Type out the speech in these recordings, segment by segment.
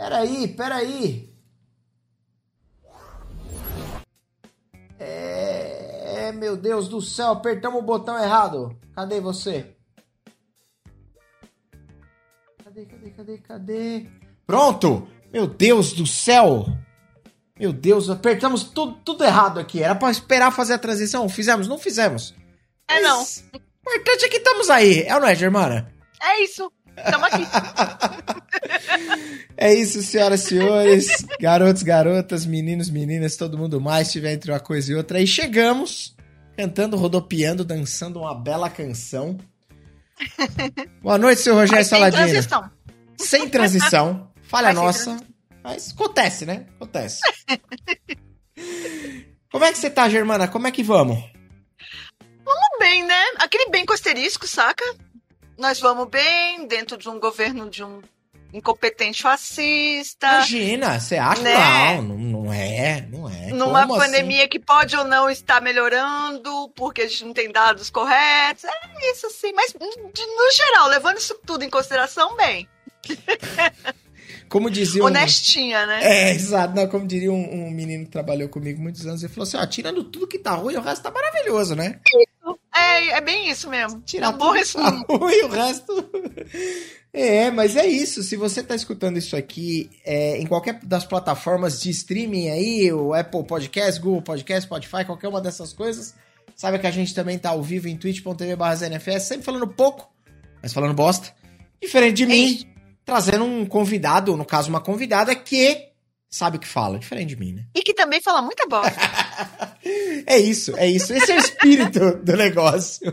Peraí. Meu Deus do céu, apertamos o botão errado. Cadê você? Cadê? Pronto! Meu Deus do céu! Meu Deus, apertamos tudo errado aqui. Era pra esperar fazer a transição. Fizemos? Não fizemos. Não. O importante é que estamos aí. É ou não é, Germana? É isso. Estamos aqui. É isso, senhoras e senhores. Garotos, garotas, meninos, meninas, todo mundo mais, tiver entre uma coisa e outra. Aí chegamos, cantando, rodopiando, dançando uma bela canção. Boa noite, seu Rogério Saladino. Sem transição. Sem transição. Falha nossa. Transição. Mas acontece, né? Acontece. Como é que você tá, Germana? Como é que vamos? Vamos bem, né? Aquele bem com asterisco, saca? Nós vamos bem dentro de um governo de um incompetente fascista. Imagina, você acha? Né? Não é. Numa Como pandemia assim? que pode ou não estar melhorando, porque a gente não tem dados corretos. É isso assim. Mas, no geral, levando isso tudo em consideração, bem. Como dizia Honestinha, né? É, exato. Não, como diria um menino que trabalhou comigo muitos anos, ele falou assim, ó, tirando tudo que tá ruim, o resto tá maravilhoso, né? É bem isso mesmo. Tirar um bom tudo que tá resumo. ruim, o resto... mas é isso. Se você tá escutando isso aqui em qualquer das plataformas de streaming aí, o Apple Podcast, Google Podcast, Spotify, qualquer uma dessas coisas, sabe que a gente também tá ao vivo em twitch.tv/ZNFS, sempre falando pouco, mas falando bosta. Diferente de mim, trazendo um convidado, no caso uma convidada, que sabe o que fala, diferente de mim, né? E que também fala muita bosta. É isso. Esse é o espírito do negócio.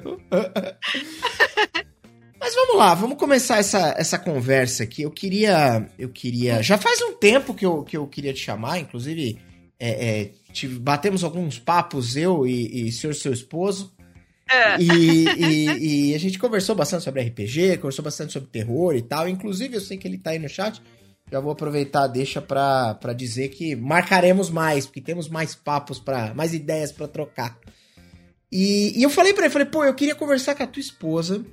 Mas vamos lá, vamos começar essa conversa aqui. Eu queria... Já faz um tempo que eu queria te chamar, inclusive batemos alguns papos, eu e senhor seu esposo. E a gente conversou bastante sobre RPG, conversou bastante sobre terror e tal. Inclusive, eu sei que ele tá aí no chat. Já vou aproveitar, deixa pra dizer que marcaremos mais, porque temos mais papos, mais ideias pra trocar. E eu falei pra ele, pô, eu queria conversar com a tua esposa,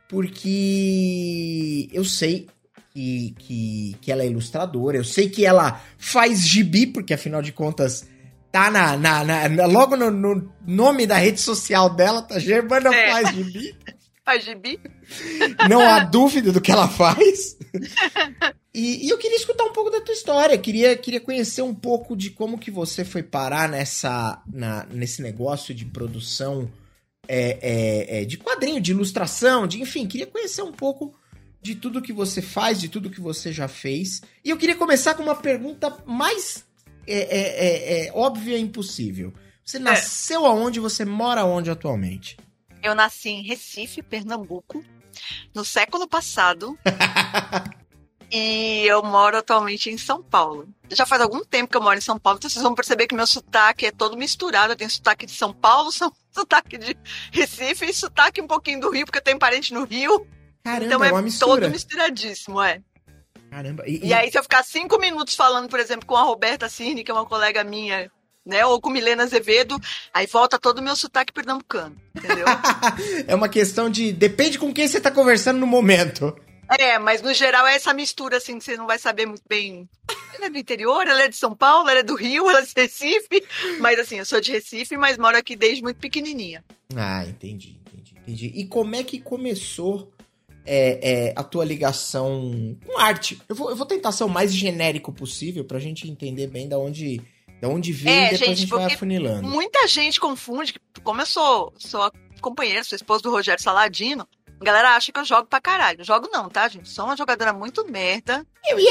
porque eu sei que ela é ilustradora, eu sei que ela faz gibi, porque afinal de contas tá logo no nome da rede social dela, tá? Germana faz gibi. Faz gibi? Não há dúvida do que ela faz. E eu queria escutar um pouco da tua história, queria conhecer um pouco de como que você foi parar nesse negócio de produção de quadrinho, de ilustração, enfim, queria conhecer um pouco de tudo que você faz, de tudo que você já fez. E eu queria começar com uma pergunta mais óbvia e impossível. Você nasceu aonde? Você mora onde atualmente? Eu nasci em Recife, Pernambuco, no século passado. E eu moro atualmente em São Paulo. Já faz algum tempo que eu moro em São Paulo, então vocês vão perceber que meu sotaque é todo misturado. Eu tenho sotaque de São Paulo, sotaque de Recife e sotaque um pouquinho do Rio, porque eu tenho parente no Rio. Caramba, então é uma mistura. Todo misturadíssimo, Caramba. E aí, se eu ficar 5 minutos falando, por exemplo, com a Roberta Cirne, que é uma colega minha, né, ou com Milena Azevedo, aí volta todo o meu sotaque pernambucano, entendeu? É uma questão de... Depende com quem você tá conversando no momento. Mas no geral é essa mistura, assim, que você não vai saber muito bem. Ela é do interior, ela é de São Paulo, ela é do Rio, ela é de Recife. Mas assim, eu sou de Recife, mas moro aqui desde muito pequenininha. Ah, entendi. E como é que começou a tua ligação com arte? Eu vou tentar ser o mais genérico possível pra gente entender bem da onde veio e depois a gente vai afunilando. Muita gente confunde, como eu sou a companheira, sou esposa do Rogério Saladino, a galera acha que eu jogo pra caralho. Não jogo não, tá, gente? Sou uma jogadora muito merda.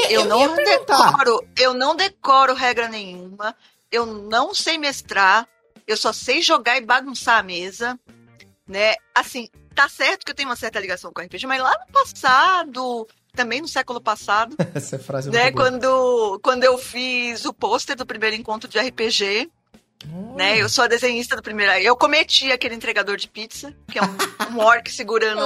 Eu não decoro regra nenhuma. Eu não sei mestrar. Eu só sei jogar e bagunçar a mesa, né? Assim, tá certo que eu tenho uma certa ligação com a RPG, mas lá no passado, também no século passado, essa frase é né? muito boa. Quando eu fiz o pôster do primeiro encontro de RPG, né? Eu sou a desenhista do primeiro. Eu cometi aquele entregador de pizza, que é um orc segurando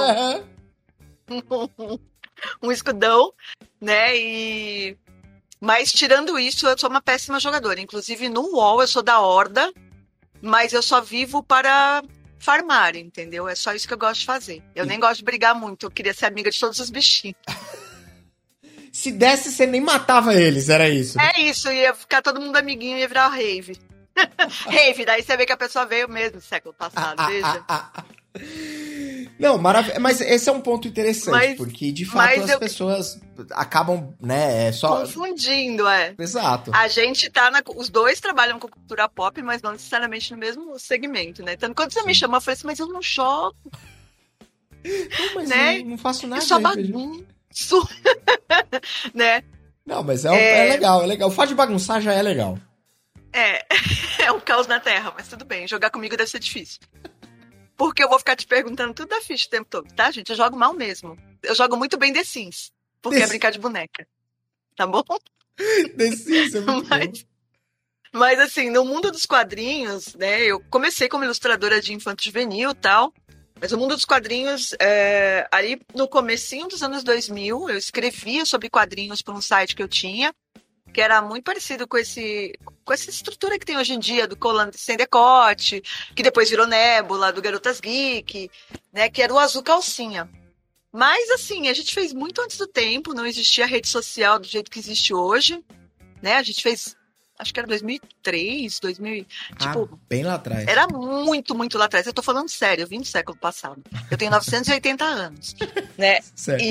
um escudão, né? Mas tirando isso, eu sou uma péssima jogadora. Inclusive no WoW eu sou da Horda, mas eu só vivo para farmar, entendeu? É só isso que eu gosto de fazer. Eu nem gosto de brigar muito. Eu queria ser amiga de todos os bichinhos. se desse, você nem matava eles, era isso. É isso, ia ficar todo mundo amiguinho e ia virar rave. Rave, daí você vê que a pessoa veio mesmo no século passado, veja. Não, maravilha. Mas esse é um ponto interessante, porque de fato as pessoas acabam, né, só confundindo, Exato. A gente tá os dois trabalham com cultura pop, mas não necessariamente no mesmo segmento, né? Então, quando você me chamou, eu falei assim, mas eu não jogo. Não, mas né? não faço nada. Eu só bagunço. Né? Não, mas é legal, é legal. O fato de bagunçar já é legal. É um caos na Terra, mas tudo bem. Jogar comigo deve ser difícil. Porque eu vou ficar te perguntando tudo da ficha o tempo todo, tá, gente? Eu jogo mal mesmo. Eu jogo muito bem The Sims, porque é brincar de boneca. Tá bom? The Sims é muito bom. Mas assim, no mundo dos quadrinhos, né? Eu comecei como ilustradora de infanto-juvenil e tal. Mas o mundo dos quadrinhos, ali no comecinho dos anos 2000, eu escrevia sobre quadrinhos para um site que eu tinha, que era muito parecido com essa estrutura que tem hoje em dia, do Colan Sem Decote, que depois virou Nébula, do Garotas Geek, né, que era o Azul Calcinha. Mas, assim, a gente fez muito antes do tempo, não existia rede social do jeito que existe hoje, né, a gente fez, acho que era 2003, 2000, tipo... bem lá atrás. Era muito, muito lá atrás. Eu tô falando sério, eu vim do século passado. Eu tenho 980 anos, né, certo.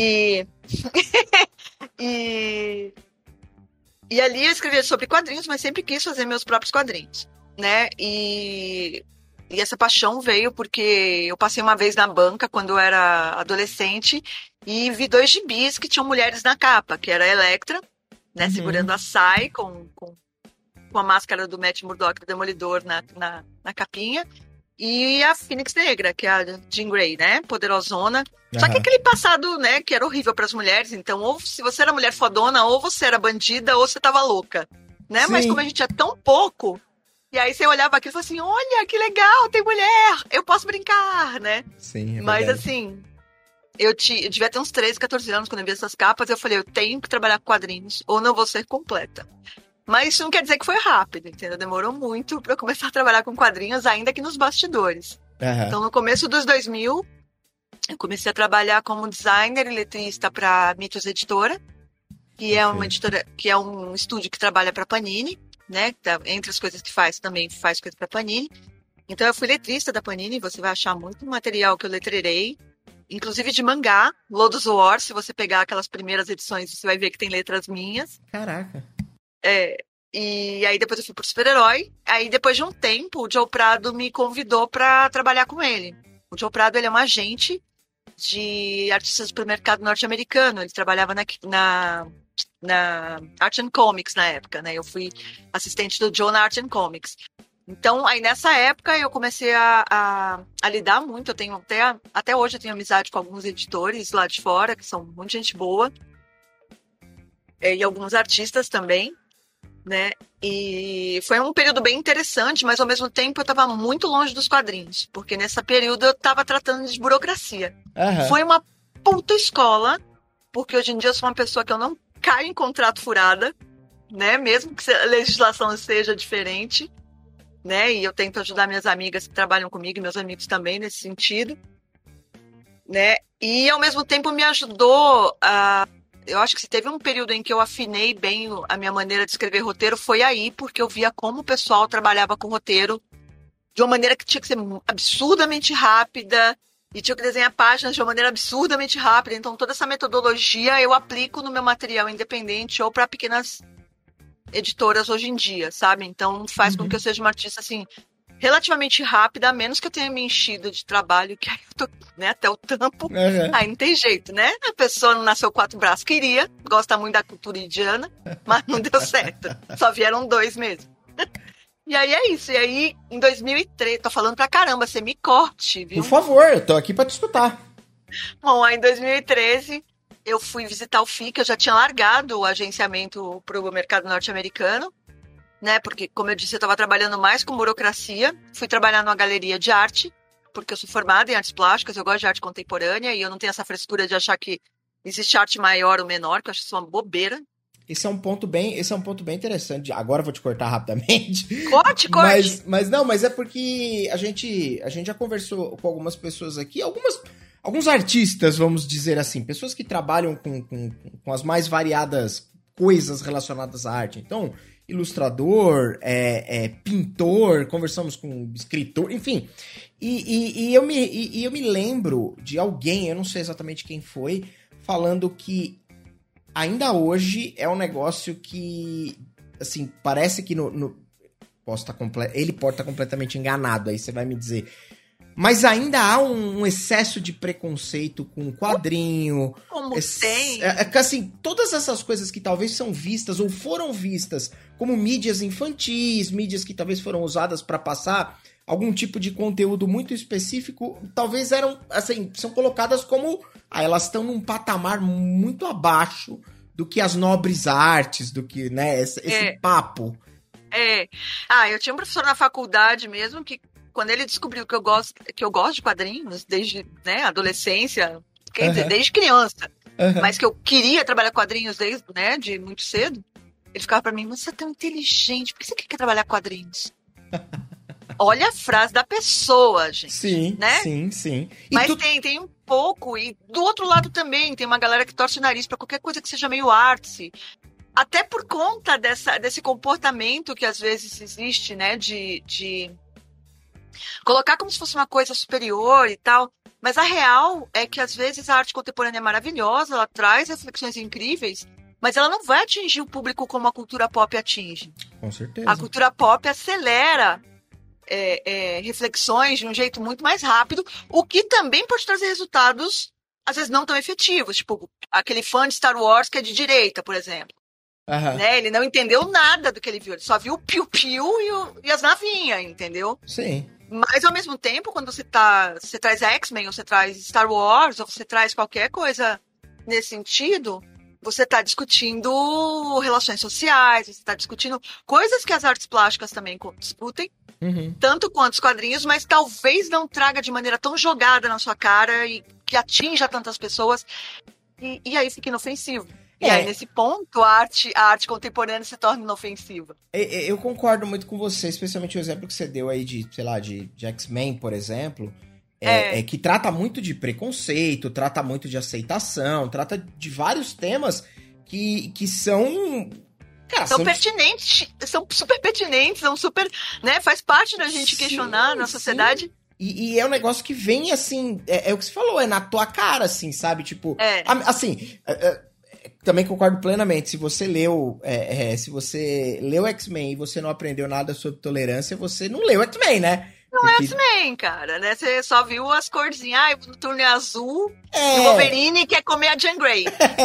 E ali eu escrevia sobre quadrinhos, mas sempre quis fazer meus próprios quadrinhos, né? E essa paixão veio porque eu passei uma vez na banca quando eu era adolescente e vi 2 gibis que tinham mulheres na capa, que era a Elektra, né? Segurando a Sai com a máscara do Matt Murdock, do Demolidor, na capinha. E a Fênix Negra, que é a Jean Grey, né? Poderosona. Só que aquele passado, né, que era horrível para as mulheres. Então, ou se você era mulher fodona, ou você era bandida, ou você tava louca, né? Sim. Mas como a gente é tão pouco, e aí você olhava aquilo e falava assim, olha, que legal, tem mulher, eu posso brincar, né? Sim, mas assim, eu devia ter uns 13, 14 anos quando eu vi essas capas, eu falei, eu tenho que trabalhar com quadrinhos, ou não vou ser completa. Mas isso não quer dizer que foi rápido, entendeu? Demorou muito para eu começar a trabalhar com quadrinhos, ainda que nos bastidores. Então, no começo dos 2000, eu comecei a trabalhar como designer e letrista para Mitos Editora, que é uma editora, que é um estúdio que trabalha para Panini, né? Entre as coisas que faz, também faz coisa para Panini. Então, eu fui letrista da Panini, você vai achar muito material que eu letrerei, inclusive de mangá, Lodos War, se você pegar aquelas primeiras edições, você vai ver que tem letras minhas. Caraca! E aí depois eu fui pro super-herói. Aí depois de um tempo, o Joe Prado me convidou para trabalhar com ele. O Joe Prado, ele é um agente de artistas pro mercado norte-americano. Ele trabalhava na Art and Comics na época, né? Eu fui assistente do Joe na Art and Comics. Então, aí nessa época eu comecei a lidar muito. Eu tenho até hoje eu tenho amizade com alguns editores lá de fora, que são muita gente boa. E alguns artistas também, né? E foi um período bem interessante, mas ao mesmo tempo eu estava muito longe dos quadrinhos, porque nesse período eu estava tratando de burocracia. Foi uma puta escola, porque hoje em dia eu sou uma pessoa que eu não caio em contrato furada, né? Mesmo que a legislação seja diferente, né? E eu tento ajudar minhas amigas que trabalham comigo, e meus amigos também nesse sentido, né? E ao mesmo tempo me ajudou a... Eu acho que se teve um período em que eu afinei bem a minha maneira de escrever roteiro, foi aí, porque eu via como o pessoal trabalhava com roteiro de uma maneira que tinha que ser absurdamente rápida e tinha que desenhar páginas de uma maneira absurdamente rápida. Então, toda essa metodologia eu aplico no meu material independente ou para pequenas editoras hoje em dia, sabe? Então, faz com que eu seja uma artista, assim, relativamente rápida, a menos que eu tenha me enchido de trabalho, que aí eu tô, né, até o tampo. Aí não tem jeito, né? A pessoa não nasceu 4 braços, queria, gosta muito da cultura indiana, mas não deu certo. Só vieram 2 mesmo. E aí é isso. E aí, em 2003, tô falando pra caramba, você me corte, viu? Por favor, eu tô aqui pra te escutar. Bom, aí em 2013, eu fui visitar o FIC, eu já tinha largado o agenciamento pro mercado norte-americano, né? Porque, como eu disse, eu estava trabalhando mais com burocracia. Fui trabalhar numa galeria de arte, porque eu sou formada em artes plásticas, eu gosto de arte contemporânea e eu não tenho essa frescura de achar que existe arte maior ou menor, que eu acho isso uma bobeira. Esse é um ponto bem interessante. Agora eu vou te cortar rapidamente. Corte. Mas é porque a gente já conversou com algumas pessoas aqui, alguns artistas, vamos dizer assim, pessoas que trabalham com as mais variadas coisas relacionadas à arte. Então, ilustrador, pintor, conversamos com escritor, enfim. E eu me lembro de alguém, eu não sei exatamente quem foi, falando que ainda hoje é um negócio que, assim, parece que ele pode estar completamente enganado, aí você vai me dizer. Mas ainda há um excesso de preconceito com quadrinho. Como tem? Assim, todas essas coisas que talvez são vistas ou foram vistas como mídias infantis, mídias que talvez foram usadas para passar algum tipo de conteúdo muito específico, talvez eram, assim, são colocadas como... elas estão num patamar muito abaixo do que as nobres artes, do que, né, esse papo. Eu tinha um professor na faculdade mesmo que, quando ele descobriu que eu gosto de quadrinhos, desde, né, adolescência, quer dizer, desde criança, mas que eu queria trabalhar com quadrinhos desde, né, de muito cedo, ele ficava pra mim, mas você é tão inteligente, por que você quer trabalhar com quadrinhos? Olha a frase da pessoa, gente. Sim, né? sim. Mas tem um pouco, e do outro lado também, tem uma galera que torce o nariz pra qualquer coisa que seja meio artsy. Até por conta desse comportamento que às vezes existe, né, de colocar como se fosse uma coisa superior e tal. Mas a real é que às vezes a arte contemporânea é maravilhosa, ela traz reflexões incríveis, mas ela não vai atingir o público como a cultura pop atinge. Com certeza. A cultura pop acelera reflexões de um jeito muito mais rápido, o que também pode trazer resultados, às vezes, não tão efetivos. Tipo, aquele fã de Star Wars que é de direita, por exemplo. Né? Ele não entendeu nada do que ele viu, ele só viu o piu-piu e as navinhas, entendeu? Sim. Mas, ao mesmo tempo, quando você traz X-Men, ou você traz Star Wars, ou você traz qualquer coisa nesse sentido, você está discutindo relações sociais, você está discutindo coisas que as artes plásticas também discutem, tanto quanto os quadrinhos, mas talvez não traga de maneira tão jogada na sua cara e que atinja tantas pessoas, e aí fica inofensivo. E aí, nesse ponto, a arte contemporânea se torna inofensiva. Eu concordo muito com você, especialmente o exemplo que você deu aí de, sei lá, de X-Men, por exemplo, que trata muito de preconceito, trata muito de aceitação, trata de vários temas que são... Cara, são pertinentes, são super pertinentes, são super, né, faz parte da gente questionar na sociedade. E é um negócio que vem, assim, é o que você falou, é na tua cara, assim, sabe? Tipo, assim... Também concordo plenamente. Se você leu X-Men e você não aprendeu nada sobre tolerância, você não leu X-Men, né? Não é X-Men, cara, né? Você só viu as corzinhas, o turno é azul, e o Wolverine quer comer a Jean Grey.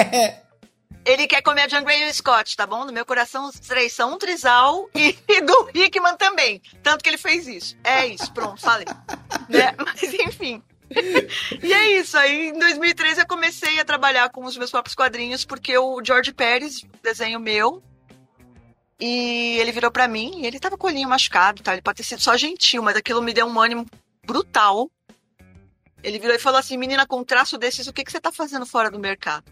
Ele quer comer a Jean Grey e o Scott, tá bom? No meu coração, os três são um trisal e do Hickman também. Tanto que ele fez isso. É isso, pronto, falei. Né? Mas, enfim... E é isso, aí em 2013 eu comecei a trabalhar com os meus próprios quadrinhos, porque o George Pérez, desenho meu, e ele virou pra mim, e ele tava com o olhinho machucado, tá? Ele pode ter sido só gentil, mas aquilo me deu um ânimo brutal. Ele virou e falou assim, menina, com um traço desses, o que você tá fazendo fora do mercado?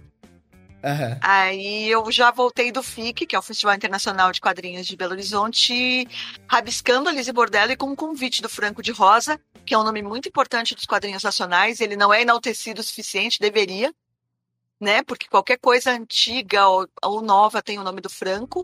Aí eu já voltei do FIC, que é o Festival Internacional de Quadrinhos de Belo Horizonte, rabiscando a Lise Bordelli com um convite do Franco de Rosa, que é um nome muito importante dos quadrinhos nacionais. Ele não é enaltecido o suficiente, deveria, né? Porque qualquer coisa antiga ou nova tem o nome do Franco.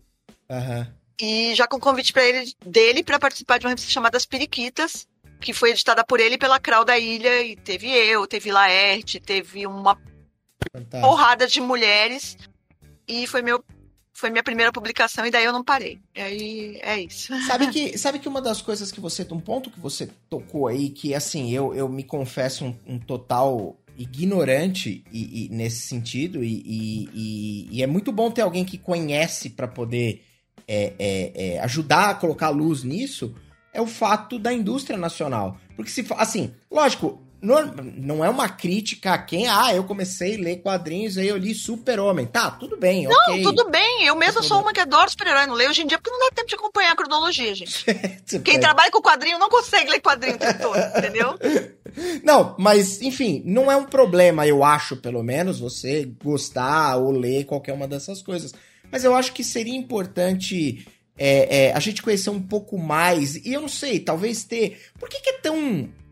E já com convite dele para participar de uma revista chamada As Periquitas, que foi editada por ele pela Crau da Ilha, e teve Laerte, teve uma porrada de mulheres, e foi minha primeira publicação, e daí eu não parei. E aí é isso. Sabe que uma das coisas um ponto que você tocou aí, que assim, eu me confesso um total ignorante nesse sentido, e é muito bom ter alguém que conhece para poder ajudar a colocar luz nisso, é o fato da indústria nacional. Porque assim, lógico, não é uma crítica a quem, eu comecei a ler quadrinhos, aí eu li Super-Homem. Tá, tudo bem, não, ok. Não, tudo bem. Eu mesma sou uma que adoro super-herói, não leio hoje em dia porque não dá tempo de acompanhar a cronologia, gente. Quem trabalha com quadrinho não consegue ler quadrinho o tempo todo, entendeu? Não, mas, enfim, não é um problema, eu acho, pelo menos, você gostar ou ler qualquer uma dessas coisas. Mas eu acho que seria importante a gente conhecer um pouco mais, e eu não sei, talvez ter... Por que é tão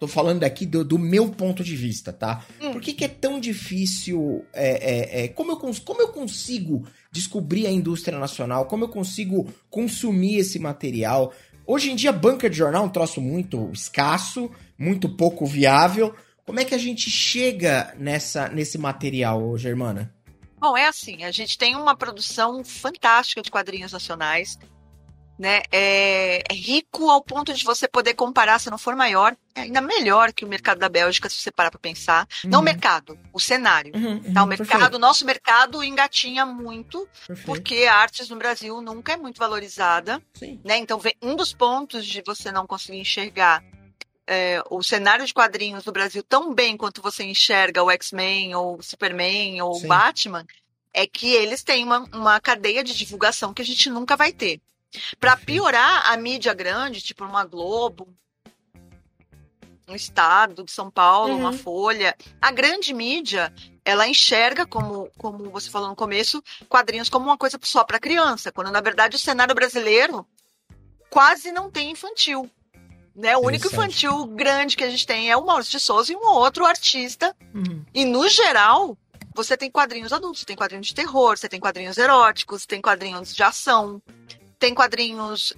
tô falando aqui do meu ponto de vista, tá? Por que é tão difícil, como eu consigo descobrir a indústria nacional, como eu consigo consumir esse material? Hoje em dia, banca de jornal é um troço muito escasso, muito pouco viável. Como é que a gente chega nesse material, Germana? Bom, é assim, a gente tem uma produção fantástica de quadrinhos nacionais, né? É rico ao ponto de você poder comparar, se não for maior, é ainda melhor que o mercado da Bélgica, se você parar para pensar. Não o mercado, o cenário. Tá? O mercado, nosso mercado engatinha muito, porque a artes no Brasil nunca é muito valorizada. Né? Então, um dos pontos de você não conseguir enxergar o cenário de quadrinhos do Brasil tão bem quanto você enxerga o X-Men, ou o Superman, ou o Batman, é que eles têm uma cadeia de divulgação que a gente nunca vai ter. Para piorar, a mídia grande, tipo uma Globo, um Estado de São Paulo, uma Folha, a grande mídia, ela enxerga, como você falou no começo, quadrinhos como uma coisa só para criança, quando na verdade o cenário brasileiro quase não tem infantil. Né? O único infantil grande que a gente tem é o Maurício de Souza e um outro artista. E, no geral, você tem quadrinhos adultos, você tem quadrinhos de terror, você tem quadrinhos eróticos, tem quadrinhos de ação, tem quadrinhos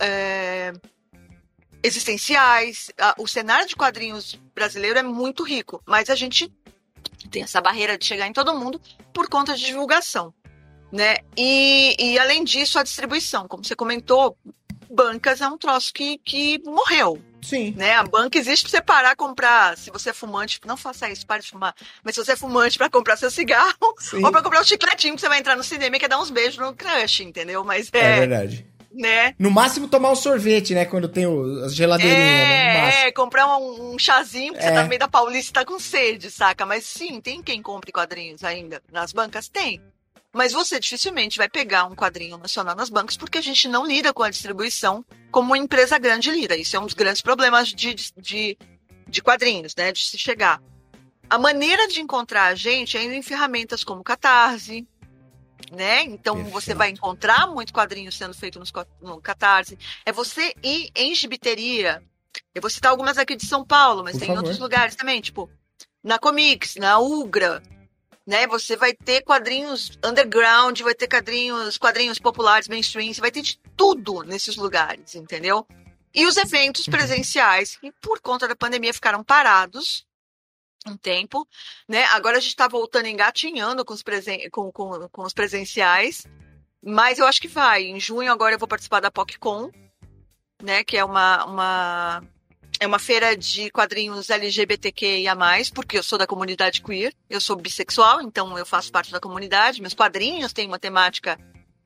existenciais. O cenário de quadrinhos brasileiro é muito rico, mas a gente tem essa barreira de chegar em todo mundo por conta de divulgação. Né? E além disso, a distribuição. Como você comentou, bancas é um troço que morreu. Sim. Né? A banca existe pra você parar a comprar. Se você é fumante, não faça isso, pare de fumar. Mas se você é fumante, pra comprar seu cigarro, ou pra comprar um chicletinho que você vai entrar no cinema e quer dar uns beijos no crush, entendeu? Mas é verdade. Né? No máximo tomar um sorvete, né? Quando tem as geladeirinhas, né? Comprar um chazinho, porque você tá no meio da Paulista e tá com sede, saca? Mas sim, tem quem compre quadrinhos ainda. Nas bancas tem. Mas você dificilmente vai pegar um quadrinho nacional nas bancas porque a gente não lida com a distribuição como uma empresa grande lida. Isso é um dos grandes problemas de quadrinhos, né? De se chegar. A maneira de encontrar a gente é indo em ferramentas como Catarse, né? Então você vai encontrar muito quadrinho sendo feito no Catarse. É você ir em gibiteria. Eu vou citar algumas aqui de São Paulo, mas tem em outros lugares também, tipo na Comics, na Ugra. Né? Você vai ter quadrinhos underground, vai ter quadrinhos populares, mainstream, você vai ter de tudo nesses lugares, entendeu? E os eventos presenciais, que por conta da pandemia ficaram parados um tempo, né? Agora a gente está voltando engatinhando com os presenciais, mas eu acho que vai. Em junho agora eu vou participar da PocCon, né? Que é uma feira de quadrinhos LGBTQIA+, porque eu sou da comunidade queer, eu sou bissexual, então eu faço parte da comunidade, meus quadrinhos têm uma temática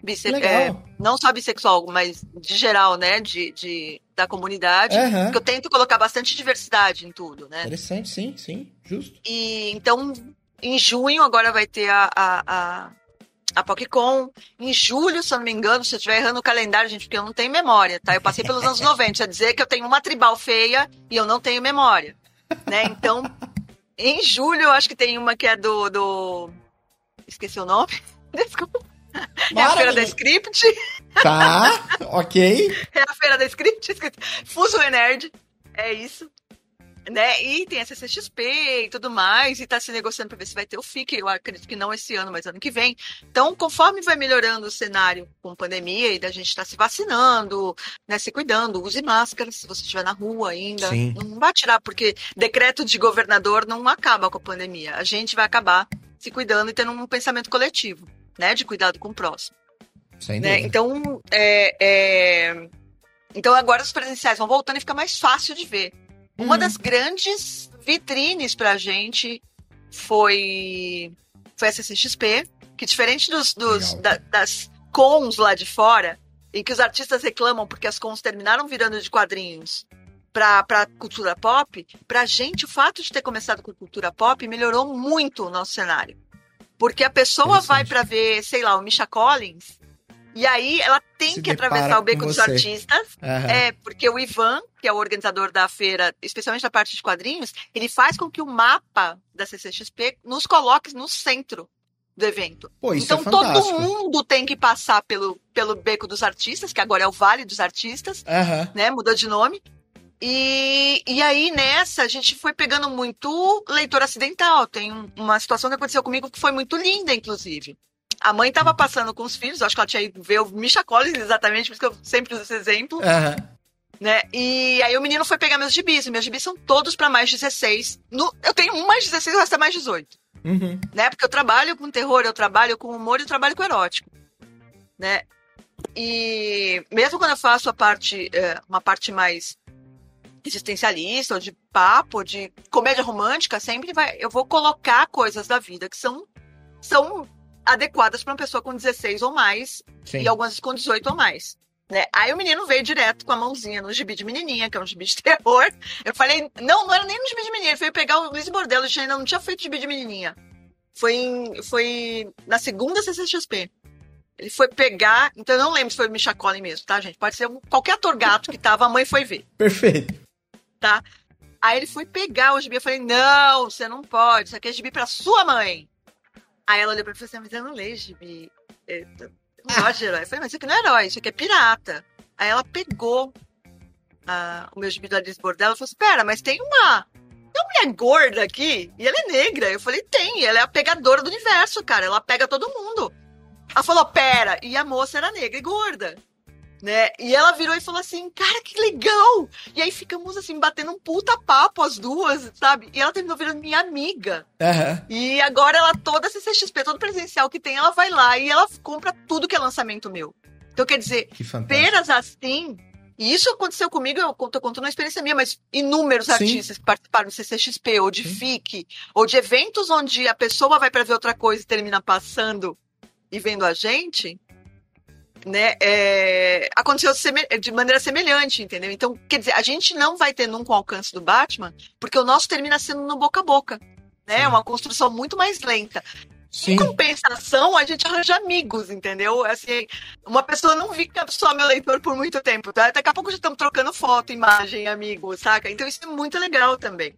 não só bissexual, mas de geral, né, da comunidade, porque eu tento colocar bastante diversidade em tudo, né. Interessante, sim, justo. E então, em junho agora vai ter a PocCon, em julho, se eu não me engano, se eu estiver errando o calendário, gente, porque eu não tenho memória, tá? Eu passei pelos anos 90, quer dizer que eu tenho uma tribal feia e eu não tenho memória, né? Então, em julho, eu acho que tem uma que é esqueci o nome, desculpa. É a Feira da Script. Tá, ok. É a Feira da Script, Fuso e Nerd, é isso. Né? E tem a CCXP e tudo mais, e tá se negociando para ver se vai ter o FIC, eu acredito que não esse ano, mas ano que vem. Então, conforme vai melhorando o cenário com pandemia e da gente estar se vacinando, né, se cuidando, use máscara se você estiver na rua ainda. Sim. Não vai tirar, porque decreto de governador não acaba com a pandemia. A gente vai acabar se cuidando e tendo um pensamento coletivo, né, de cuidado com o próximo. Sem né? Então, então, agora os presenciais vão voltando e fica mais fácil de ver. Uma das grandes vitrines pra gente foi a CCXP, que diferente das cons lá de fora, em que os artistas reclamam porque as cons terminaram virando de quadrinhos pra cultura pop, pra gente o fato de ter começado com cultura pop melhorou muito o nosso cenário. Porque a pessoa vai pra ver, sei lá, o Misha Collins, e aí ela tem que atravessar o beco dos artistas, porque o Ivan, que é o organizador da feira, especialmente na parte de quadrinhos, ele faz com que o mapa da CCXP nos coloque no centro do evento. Pô, isso então todo mundo tem que passar pelo beco dos artistas, que agora é o Vale dos Artistas, né? Mudou de nome. E aí, nessa, a gente foi pegando muito leitor acidental. Tem uma situação que aconteceu comigo que foi muito linda, inclusive. A mãe estava passando com os filhos, acho que ela tinha ido ver o Misha Collins, exatamente, por isso que eu sempre uso esse exemplo. Uhum. Né? E aí o menino foi pegar meus gibis. E meus gibis são todos para mais 16. Eu tenho um mais 16, o resto é mais 18. Uhum. Né? Porque eu trabalho com terror, eu trabalho com humor e eu trabalho com erótico. Né? E mesmo quando eu faço uma parte mais existencialista, ou de papo, de comédia romântica, eu vou colocar coisas da vida que são adequadas para uma pessoa com 16 ou mais, Sim. e algumas com 18 ou mais. Né? Aí o menino veio direto com a mãozinha no gibi de menininha, que é um gibi de terror. Eu falei, não era nem no gibi de menininha, ele veio pegar o Luiz Bordello, ele ainda não tinha feito gibi de menininha. Foi na segunda CCXP. Ele foi pegar, então eu não lembro se foi o Misha Collins mesmo, tá, gente? Pode ser qualquer ator gato que tava, a mãe foi ver. Perfeito. Tá? Aí ele foi pegar o gibi, eu falei, não, você não pode, isso aqui é gibi pra sua mãe. Aí ela olhou pra mim e falou assim, mas eu não leio gibi. Eu não gosto de herói. Eu falei, mas isso aqui não é herói, isso aqui é pirata. Aí ela pegou o meu gibi da Alice Bordello e falou assim, pera, mas tem uma mulher gorda aqui e ela é negra. Eu falei, tem, ela é a pegadora do universo, cara, ela pega todo mundo. Ela falou, pera, e a moça era negra e gorda. Né? E ela virou e falou assim, cara, que legal! E aí ficamos assim, batendo um puta papo as duas, sabe? E ela terminou virando minha amiga. Uhum. E agora ela, toda CCXP, todo presencial que tem, ela vai lá e ela compra tudo que é lançamento meu. Então, quer dizer, feiras assim, e isso aconteceu comigo, eu tô contando uma experiência minha, mas inúmeros artistas que participaram do CCXP, ou de FIC, ou de eventos onde a pessoa vai pra ver outra coisa e termina passando e vendo a gente, né, aconteceu de maneira semelhante, entendeu? Então, quer dizer, a gente não vai ter nunca o alcance do Batman, porque o nosso termina sendo no boca a boca, né? É uma construção muito mais lenta. Sim. Em compensação, a gente arranja amigos, entendeu? Assim, uma pessoa não fica só meu leitor por muito tempo, tá? Daqui a pouco já estamos trocando foto, imagem, amigo, saca? Então isso é muito legal também.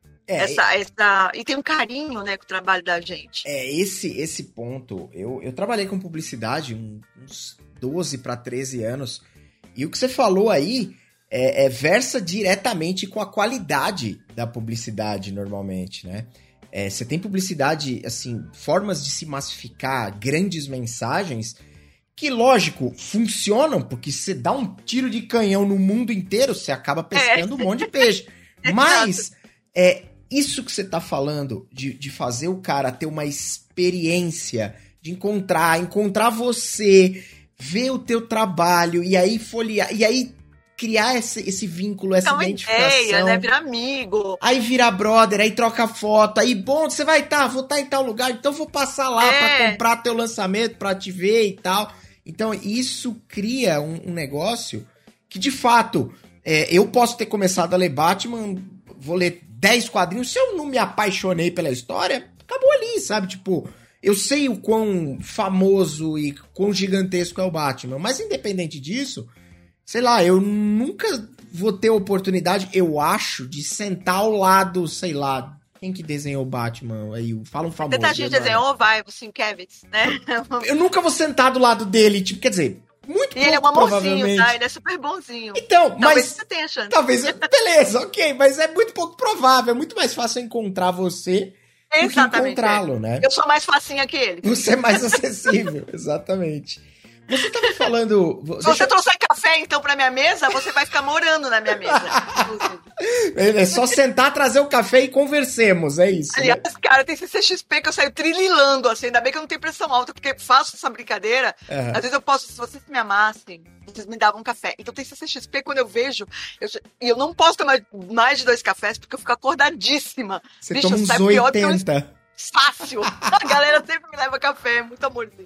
E tem um carinho, né, com o trabalho da gente. Esse ponto, eu trabalhei com publicidade uns 12 para 13 anos, e o que você falou aí versa diretamente com a qualidade da publicidade normalmente, né? Você tem publicidade, assim, formas de se massificar grandes mensagens que, lógico, funcionam, porque você dá um tiro de canhão no mundo inteiro, você acaba pescando um monte de peixe. Mas isso que você tá falando, de fazer o cara ter uma experiência, de encontrar você, ver o teu trabalho, e aí folhear, e aí criar esse vínculo, essa identificação. Ideia, né? Virar amigo. Aí vira brother, aí troca foto, aí, bom, você vai vou estar em tal lugar, então vou passar lá pra comprar teu lançamento, pra te ver e tal. Então, isso cria um negócio que, de fato, eu posso ter começado a ler Batman, vou ler 10 quadrinhos, se eu não me apaixonei pela história, acabou ali, sabe? Tipo, eu sei o quão famoso e quão gigantesco é o Batman, mas independente disso, sei lá, eu nunca vou ter oportunidade, eu acho, de sentar ao lado, sei lá, quem que desenhou o Batman aí? Fala um famoso. A gente desenhou, o Sienkiewicz, né? Eu nunca vou sentar do lado dele, tipo, quer dizer, muito pouco, ele é um amorzinho, provavelmente. tá? Ele é super bonzinho. Então, talvez mas... você tenha chance. Talvez, beleza, ok, mas é muito pouco provável, é muito mais fácil encontrar você do que encontrá-lo, né? Eu sou mais facinha que ele. Você é mais acessível, exatamente. Você tava falando... Se você trouxer café, então, pra minha mesa, você vai ficar morando na minha mesa. É só sentar, trazer o café e conversemos, é isso. Aliás, né? cara, tem CCXP que eu saio trililando, assim, ainda bem que eu não tenho pressão alta, porque faço essa brincadeira. Às vezes eu posso, se vocês me amassem, vocês me davam um café. Então tem CCXP, quando eu vejo, e eu não posso tomar mais de 2 cafés, porque eu fico acordadíssima. Você toma uns 80. Fácil. A galera sempre me leva café, muito amorzinho.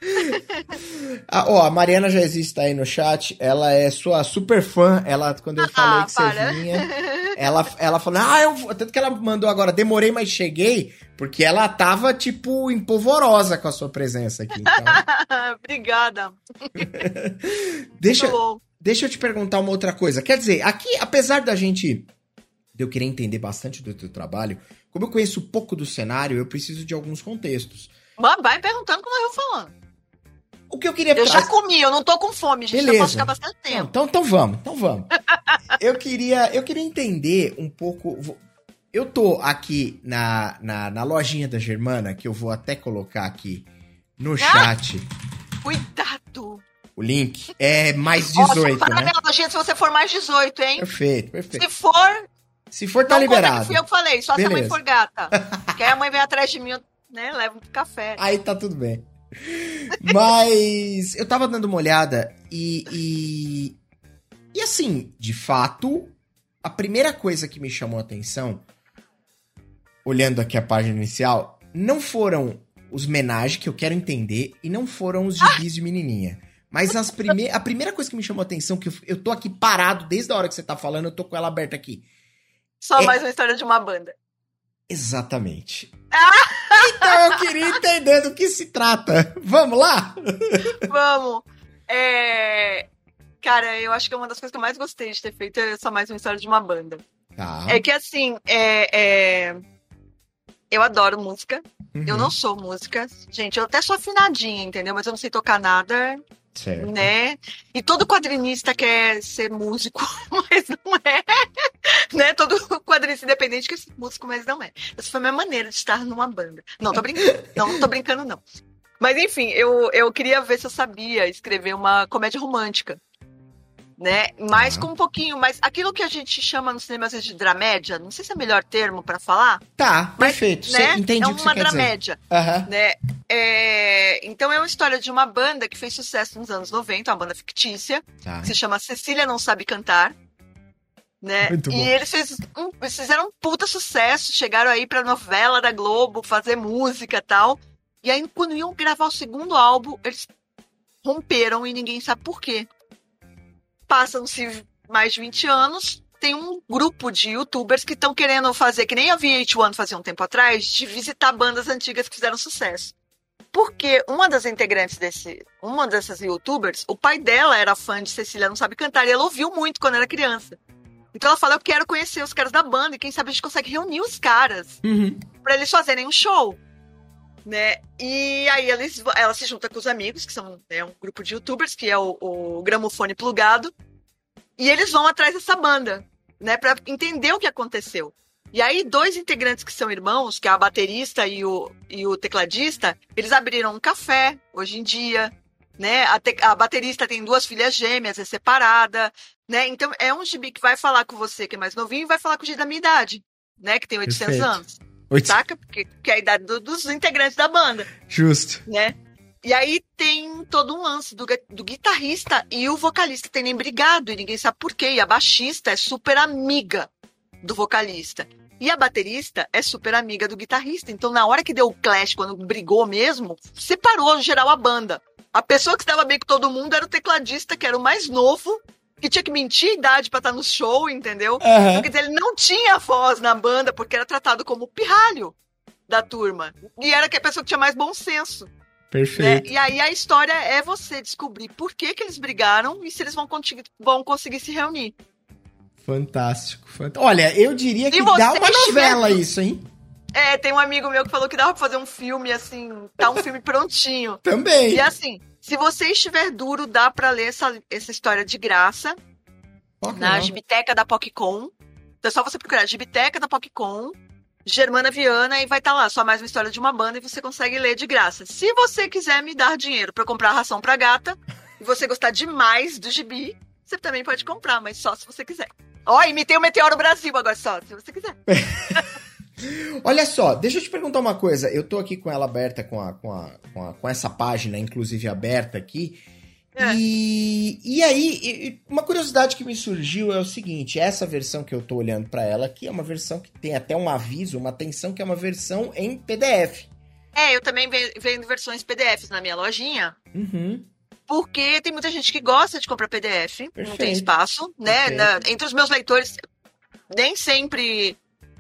A Mariana já existe aí no chat. Ela é sua super fã. Ela, quando eu falei que você vinha, ela falou, tanto que ela mandou agora, demorei, mas cheguei, porque ela tava, tipo, empolvorosa com a sua presença aqui. Então... Obrigada. Deixa eu te perguntar uma outra coisa. Quer dizer, aqui, apesar de eu querer entender bastante do teu trabalho, como eu conheço pouco do cenário, eu preciso de alguns contextos. Vai perguntando quando eu vou falando. O que eu queria... Eu já comi, eu não tô com fome, gente. Beleza. Eu posso ficar bastante tempo. Então vamos. Eu queria entender um pouco... Eu tô aqui na lojinha da Germana, que eu vou até colocar aqui no chat. Cuidado. O link é mais 18, Ó, né? Na lojinha se você for mais 18, hein? Perfeito. Se for, tá não liberado. Conta que fui eu que falei, só se a mãe Beleza. for gata. Que aí a mãe vem atrás de mim, né? Leva um café. Aí tá tudo bem. Mas eu tava dando uma olhada e assim, de fato, a primeira coisa que me chamou a atenção, olhando aqui a página inicial, não foram os menage que eu quero entender e não foram os gibis de menininha. Mas a primeira coisa que me chamou a atenção, que eu tô aqui parado desde a hora que você tá falando, eu tô com ela aberta aqui. Só mais uma história de uma banda. Exatamente. Então eu queria entender do que se trata. Vamos lá? Vamos. Cara, eu acho que é uma das coisas que eu mais gostei de ter feito é só mais uma história de uma banda. Tá. É que assim, eu adoro música. Uhum. Eu não sou música. Gente, eu até sou afinadinha, entendeu? Mas eu não sei tocar nada. Certo. Né? E todo quadrinista quer ser músico, mas não é. Né? Todo quadrinista independente quer ser músico, mas não é. Essa foi a minha maneira de estar numa banda. Não, tô brincando. Não tô brincando, não. Mas enfim, eu queria ver se eu sabia escrever uma comédia romântica. Né? Mas com um pouquinho, mas aquilo que a gente chama no cinema às vezes de dramédia, não sei se é o melhor termo pra falar. Tá, perfeito. Né? Entendi o que você quer dizer. É uma dramédia. Uhum. Né? Então é uma história de uma banda que fez sucesso nos anos 90, uma banda fictícia, que se chama Cecília Não Sabe Cantar. Né? Muito bom. E eles fizeram um puta sucesso, chegaram aí pra novela da Globo, fazer música e tal. E aí, quando iam gravar o segundo álbum, eles romperam e ninguém sabe por quê. Passam-se mais de 20 anos, tem um grupo de youtubers que estão querendo fazer, que nem a VH1 fazia um tempo atrás, de visitar bandas antigas que fizeram sucesso. Porque uma das integrantes uma dessas youtubers, o pai dela era fã de Cecília Não Sabe Cantar, e ela ouviu muito quando era criança. Então ela fala, eu quero conhecer os caras da banda, e quem sabe a gente consegue reunir os caras pra eles fazerem um show. Né? E aí ela se junta com os amigos, que são um grupo de youtubers, que é o Gramofone Plugado, e eles vão atrás dessa banda, né, pra entender o que aconteceu. E aí 2 integrantes que são irmãos, que é a baterista e o tecladista, eles abriram um café hoje em dia, né? A baterista tem 2 filhas gêmeas, é separada, né? Então é um gibi que vai falar com você que é mais novinho e vai falar com o gibi da minha idade, né, que tem 800 anos. Saca? Porque é a idade dos integrantes da banda. Justo. Né? E aí tem todo um lance do guitarrista e o vocalista terem brigado e ninguém sabe por quê. E a baixista é super amiga do vocalista. E a baterista é super amiga do guitarrista. Então, na hora que deu o clash, quando brigou mesmo, separou geral a banda. A pessoa que estava bem com todo mundo era o tecladista, que era o mais novo, que tinha que mentir a idade pra estar no show, entendeu? Então, quer dizer, ele não tinha voz na banda, porque era tratado como o pirralho da turma. E era a pessoa que tinha mais bom senso. Perfeito. Né? E aí a história é você descobrir por que eles brigaram e se eles vão conseguir se reunir. Fantástico. Olha, eu diria que dá uma novela isso, hein? Tem um amigo meu que falou que dava pra fazer um filme, assim, tá um filme prontinho. Também. E assim, se você estiver duro, dá pra ler essa história de graça na Gibiteca da PocCon. Então é só você procurar Gibiteca da PocCon, Germana Viana, e vai estar lá, só mais uma história de uma banda, e você consegue ler de graça. Se você quiser me dar dinheiro pra comprar ração pra gata, e você gostar demais do gibi, você também pode comprar, mas só se você quiser. Ó, imitei o Meteoro Brasil agora, só se você quiser. Olha só, deixa eu te perguntar uma coisa. Eu tô aqui com ela aberta, com essa página, inclusive, aberta aqui. E aí, uma curiosidade que me surgiu é o seguinte. Essa versão que eu tô olhando pra ela aqui é uma versão que tem até um aviso, uma atenção, que é uma versão em PDF. Eu também vendo versões PDFs na minha lojinha. Porque tem muita gente que gosta de comprar PDF. Perfeito. Não tem espaço, né? Entre os meus leitores, nem sempre...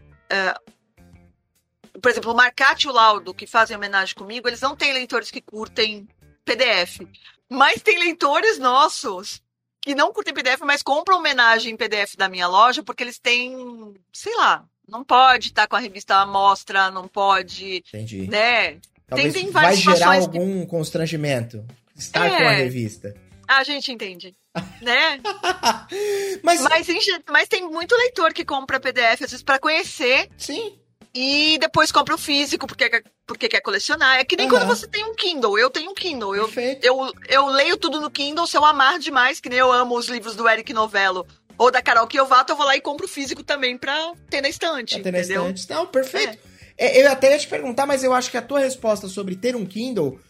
por exemplo, o Marcati e o Laudo, que fazem homenagem comigo, eles não têm leitores que curtem PDF. Mas tem leitores nossos que não curtem PDF, mas compram homenagem em PDF da minha loja, porque eles têm, sei lá, não pode estar com a revista à mostra, não pode... Entendi. Né? Talvez tem várias vai gerar situações algum constrangimento. estar com a revista. A gente entende, né? Mas tem muito leitor que compra PDF, às vezes, pra conhecer. Sim. E depois compra o físico, porque quer colecionar. É que nem quando você tem um Kindle. Eu tenho um Kindle. Eu leio tudo no Kindle, se eu amar demais, que nem eu amo os livros do Eric Novello ou da Carol Kiovato, eu vou lá e compro o físico também pra ter na estante, entendeu? Na estante. Não, perfeito. Eu até ia te perguntar, mas eu acho que a tua resposta sobre ter um Kindle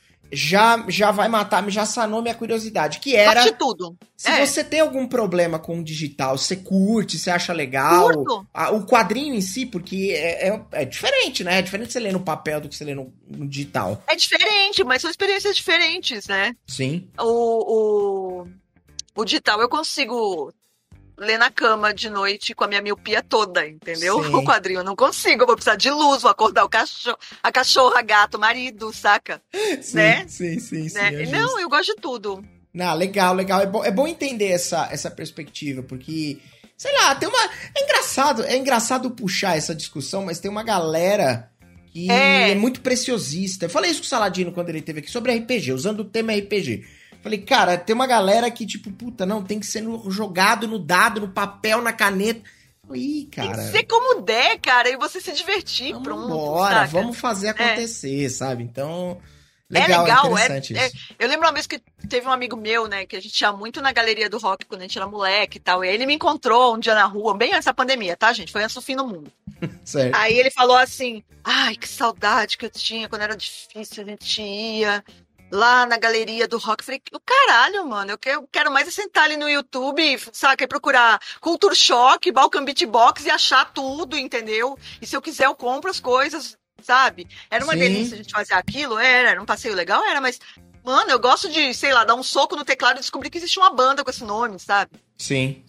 já vai matar, já sanou minha curiosidade, que era... De tudo. Se você tem algum problema com o digital, você curte, você acha legal... Curto. O quadrinho em si, porque é diferente, né? É diferente você ler no papel do que você ler no digital. É diferente, mas são experiências diferentes, né? Sim. O digital eu consigo ler na cama de noite com a minha miopia toda, entendeu? Sim. O quadrinho eu não consigo, eu vou precisar de luz, vou acordar a cachorra, gato, o marido, saca? Sim, né? sim. Né? Não, eu gosto de tudo. Não, legal. É bom entender essa perspectiva, porque, sei lá, tem uma... É engraçado puxar essa discussão, mas tem uma galera que é muito preciosista. Eu falei isso com o Saladino quando ele esteve aqui, sobre RPG, usando o tema RPG. Falei, cara, tem uma galera que, tipo, puta, não, tem que ser jogado no dado, no papel, na caneta. Ih, cara. Tem que ser como der, cara, e você se divertir, vamos pronto. Bora, vamos fazer acontecer, sabe? Então, é legal, interessante isso. Eu lembro uma vez que teve um amigo meu, né, que a gente ia muito na galeria do rock quando a gente era moleque e tal, e aí ele me encontrou um dia na rua, bem antes da pandemia, tá, gente? Foi antes do fim do mundo. Certo. Aí ele falou assim, ai, que saudade que eu tinha quando era difícil, a gente ia... lá na galeria do rock, eu falei, o caralho, mano, eu quero mais é sentar ali no YouTube, sabe, procurar Culture Shock, Balkan Beatbox e achar tudo, entendeu? E se eu quiser eu compro as coisas, sabe? Era uma delícia a gente fazer aquilo, era um passeio legal, mas, mano, eu gosto de, sei lá, dar um soco no teclado e descobrir que existe uma banda com esse nome, sabe? Sim,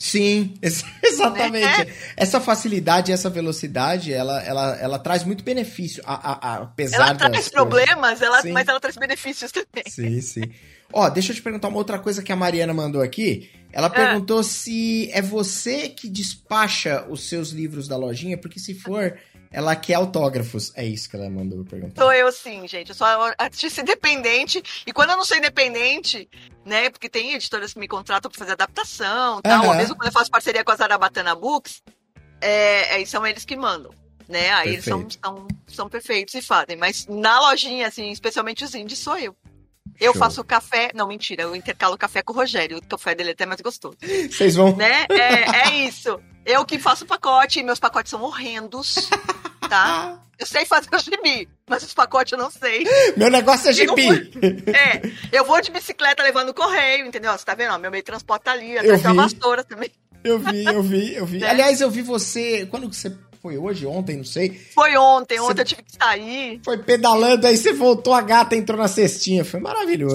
exatamente. Né? Essa facilidade e essa velocidade, ela traz muito benefício, apesar ela traz problemas, mas ela traz benefícios também. Sim. Ó, deixa eu te perguntar uma outra coisa que a Mariana mandou aqui. Ela perguntou se é você que despacha os seus livros da lojinha, porque se for, ela quer autógrafos. É isso que ela mandou perguntar. Sou eu sim, gente. Eu sou artista independente. E quando eu não sou independente, né? Porque tem editoras que me contratam pra fazer adaptação e tal. Ou mesmo quando eu faço parceria com a Zarabatana Books, aí são eles que mandam. Né? Aí eles são perfeitos e fazem. Mas na lojinha, assim, especialmente os indies, sou eu. Eu faço café... Não, mentira. Eu intercalo café com o Rogério. O café dele é até mais gostoso. Vocês vão... Né? É isso. Eu que faço o pacote. E meus pacotes são horrendos. Tá? Eu sei fazer o gibi, mas os pacotes eu não sei. Meu negócio é gibi. Eu vou de bicicleta levando o correio, entendeu? Você tá vendo? Meu meio de transporte tá ali. Até tem uma vassoura também. Eu vi. Aliás, eu vi você... Quando que você... Foi hoje, ontem, não sei. Foi ontem eu tive que sair. Foi pedalando, aí você voltou, a gata entrou na cestinha. Foi maravilhoso.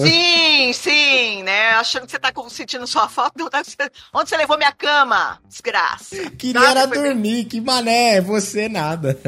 Sim, né? Achando que você tá sentindo sua falta. Onde você levou minha cama? Desgraça. Queria era dormir, que mané, você nada.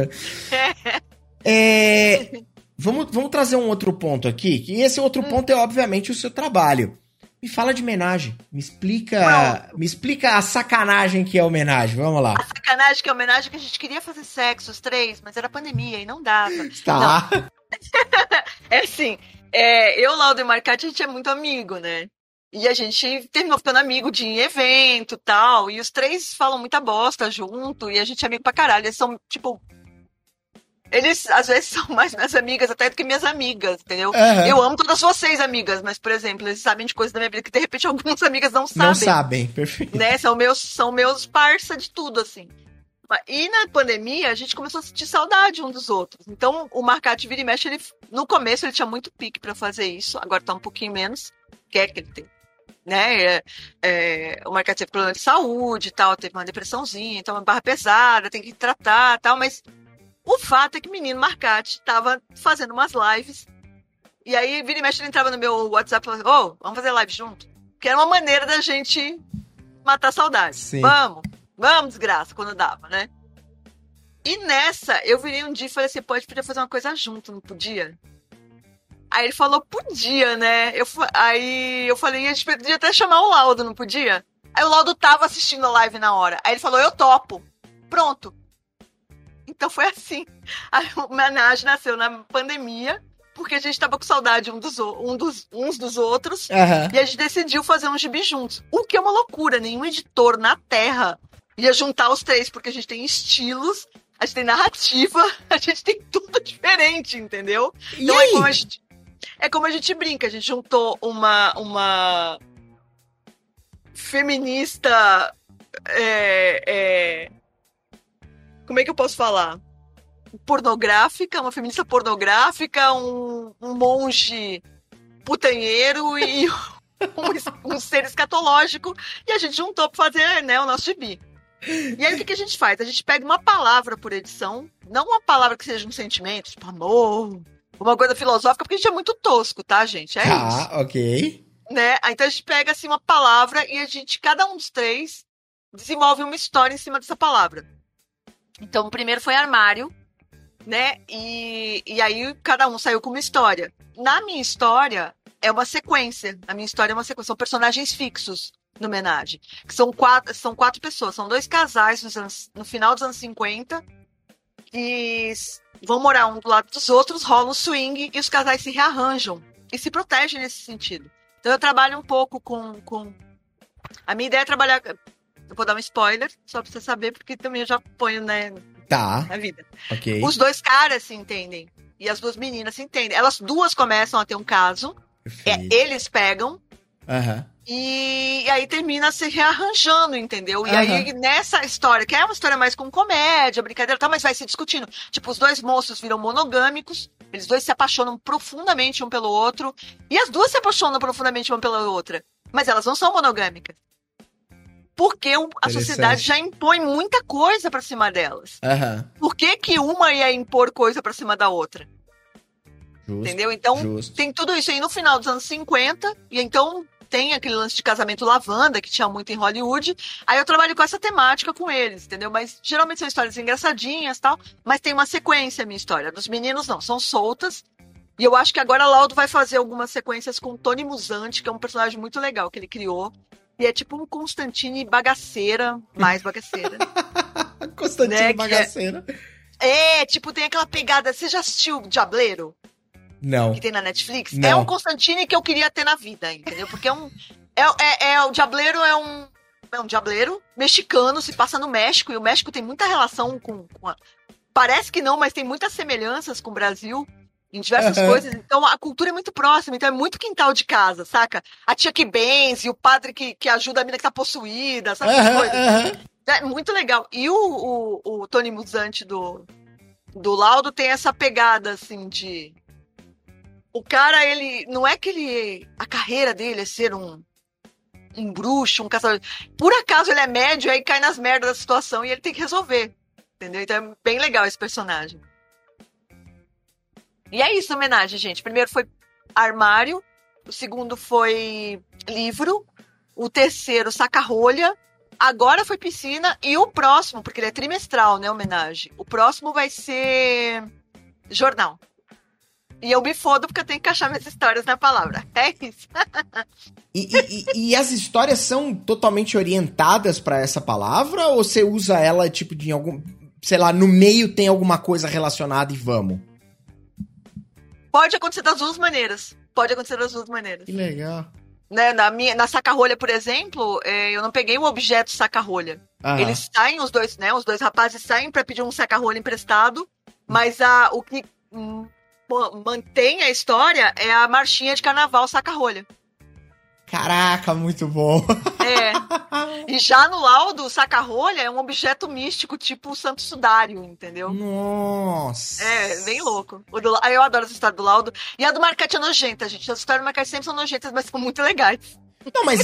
Vamos trazer um outro ponto aqui, que esse outro ponto é, obviamente, o seu trabalho. Me fala de homenagem. Me explica a sacanagem que é homenagem. Vamos lá. A sacanagem que é homenagem é que a gente queria fazer sexo, os três, mas era pandemia e não dava. Tá. Não. É assim, eu, Laudo e Marcati, a gente é muito amigo, né? E a gente terminou ficando amigo de evento e tal. E os três falam muita bosta junto. E a gente é amigo pra caralho. Eles são, tipo... Eles, às vezes, são mais minhas amigas até do que minhas amigas, entendeu? Eu amo todas vocês, amigas, mas, por exemplo, eles sabem de coisas da minha vida que, de repente, algumas amigas não sabem. Não sabem, perfeito. Né? São meus parça de tudo, assim. E na pandemia, a gente começou a sentir saudade um dos outros. Então, o Marcati vira e mexe, no começo ele tinha muito pique pra fazer isso, agora tá um pouquinho menos, quer que ele tem. Né? O Marcati teve problema de saúde e tal, teve uma depressãozinha, então uma barra pesada, tem que tratar e tal, mas... O fato é que o menino Marcati tava fazendo umas lives. E aí, vira e mexe, ele entrava no meu WhatsApp e falava, vamos fazer live junto? Que era uma maneira da gente matar a saudade. Sim. Vamos, desgraça, quando dava, né? E nessa, eu virei um dia e falei assim, podia fazer uma coisa junto, não podia? Aí ele falou, podia, né? Aí eu falei, a gente podia até chamar o Laudo, não podia? Aí o Laudo tava assistindo a live na hora. Aí ele falou, eu topo. Pronto. Então foi assim. A homenagem nasceu na pandemia, porque a gente tava com saudade uns dos outros, Aham. e a gente decidiu fazer um gibi juntos. O que é uma loucura, nenhum editor na Terra ia juntar os três, porque a gente tem estilos, a gente tem narrativa, a gente tem tudo diferente, entendeu? E Então aí? é como a gente brinca, a gente juntou uma feminista. Como é que eu posso falar? Pornográfica, uma feminista pornográfica, um monge putanheiro e um ser escatológico, e a gente juntou pra fazer, né, o nosso gibi. E aí o que a gente faz? A gente pega uma palavra por edição, não uma palavra que seja um sentimento, tipo amor, uma coisa filosófica, porque a gente é muito tosco, tá, gente? É isso. Ok. Né? Então a gente pega assim uma palavra e cada um dos três, desenvolve uma história em cima dessa palavra. Então o primeiro foi armário, né? E aí cada um saiu com uma história. Na minha história é uma sequência. A minha história é uma sequência. São personagens fixos no homenagem. Que são quatro pessoas. São dois casais no final dos anos 50 que vão morar um do lado dos outros, rolam um swing e os casais se rearranjam e se protegem nesse sentido. Então eu trabalho um pouco com... A minha ideia é trabalhar... Eu vou dar um spoiler, só pra você saber, porque também eu já ponho, né, Tá. na vida. Ok. Os dois caras se entendem. E as duas meninas se entendem. Elas duas começam a ter um caso. Perfeito. Eles pegam. Aham. E aí termina se rearranjando, entendeu? E Aham. aí, nessa história, que é uma história mais com comédia, brincadeira e tal, mas vai se discutindo. Tipo, os dois moços viram monogâmicos, eles dois se apaixonam profundamente um pelo outro, e as duas se apaixonam profundamente uma pela outra. Mas elas não são monogâmicas. Porque a sociedade já impõe muita coisa pra cima delas. Aham. Por que uma ia impor coisa pra cima da outra? Justo. Entendeu? Então, Justo. tem tudo isso aí no final dos anos 50, e então tem aquele lance de casamento lavanda, que tinha muito em Hollywood. Aí eu trabalho com essa temática com eles, entendeu? Mas geralmente são histórias engraçadinhas e tal, mas tem uma sequência a minha história. Dos meninos não, são soltas. E eu acho que agora Laudo vai fazer algumas sequências com Tony Musante, que é um personagem muito legal que ele criou. E é tipo um Constantine bagaceira, mais bagaceira. Constantine, né, bagaceira. Tipo, tem aquela pegada... Você já assistiu Diableiro? Não. Que tem na Netflix? Não. É um Constantine que eu queria ter na vida, entendeu? Porque o Diableiro é um Diableiro mexicano, se passa no México, e o México tem muita relação parece que não, mas tem muitas semelhanças com o Brasil em diversas coisas, então a cultura é muito próxima, então é muito quintal de casa, saca? A tia que benze, o padre que ajuda a mina que tá possuída, sabe essas coisas? É muito legal. E o Tony Musante do Laudo tem essa pegada, assim, de... O cara, ele... Não é que ele... A carreira dele é ser um bruxo, um caçador... Por acaso ele é médio, aí cai nas merdas da situação e ele tem que resolver. Entendeu? Então é bem legal esse personagem. E é isso, homenagem, gente. Primeiro foi armário, o segundo foi livro, o terceiro saca-rolha, agora foi piscina, e o próximo, porque ele é trimestral, né, homenagem, o próximo vai ser jornal. E eu me fodo porque eu tenho que achar minhas histórias na palavra. É isso. E as histórias são totalmente orientadas pra essa palavra, ou você usa ela, tipo, de algum... Sei lá, no meio tem alguma coisa relacionada e vamos? Pode acontecer das duas maneiras. Pode acontecer das duas maneiras. Que legal. Né, na saca-rolha, por exemplo, eu não peguei o objeto saca-rolha. Eles saem, os dois rapazes saem pra pedir um saca-rolha emprestado, mas o que mantém a história é a marchinha de carnaval saca-rolha. Caraca, muito bom. E já no Laudo, o saca-rolha é um objeto místico, tipo o Santo Sudário, entendeu? Nossa. É, bem louco. Eu adoro essa história do Laudo. E a do Marcate é nojenta, gente. As histórias do Marcate sempre são nojentas, mas são muito legais. Não, mas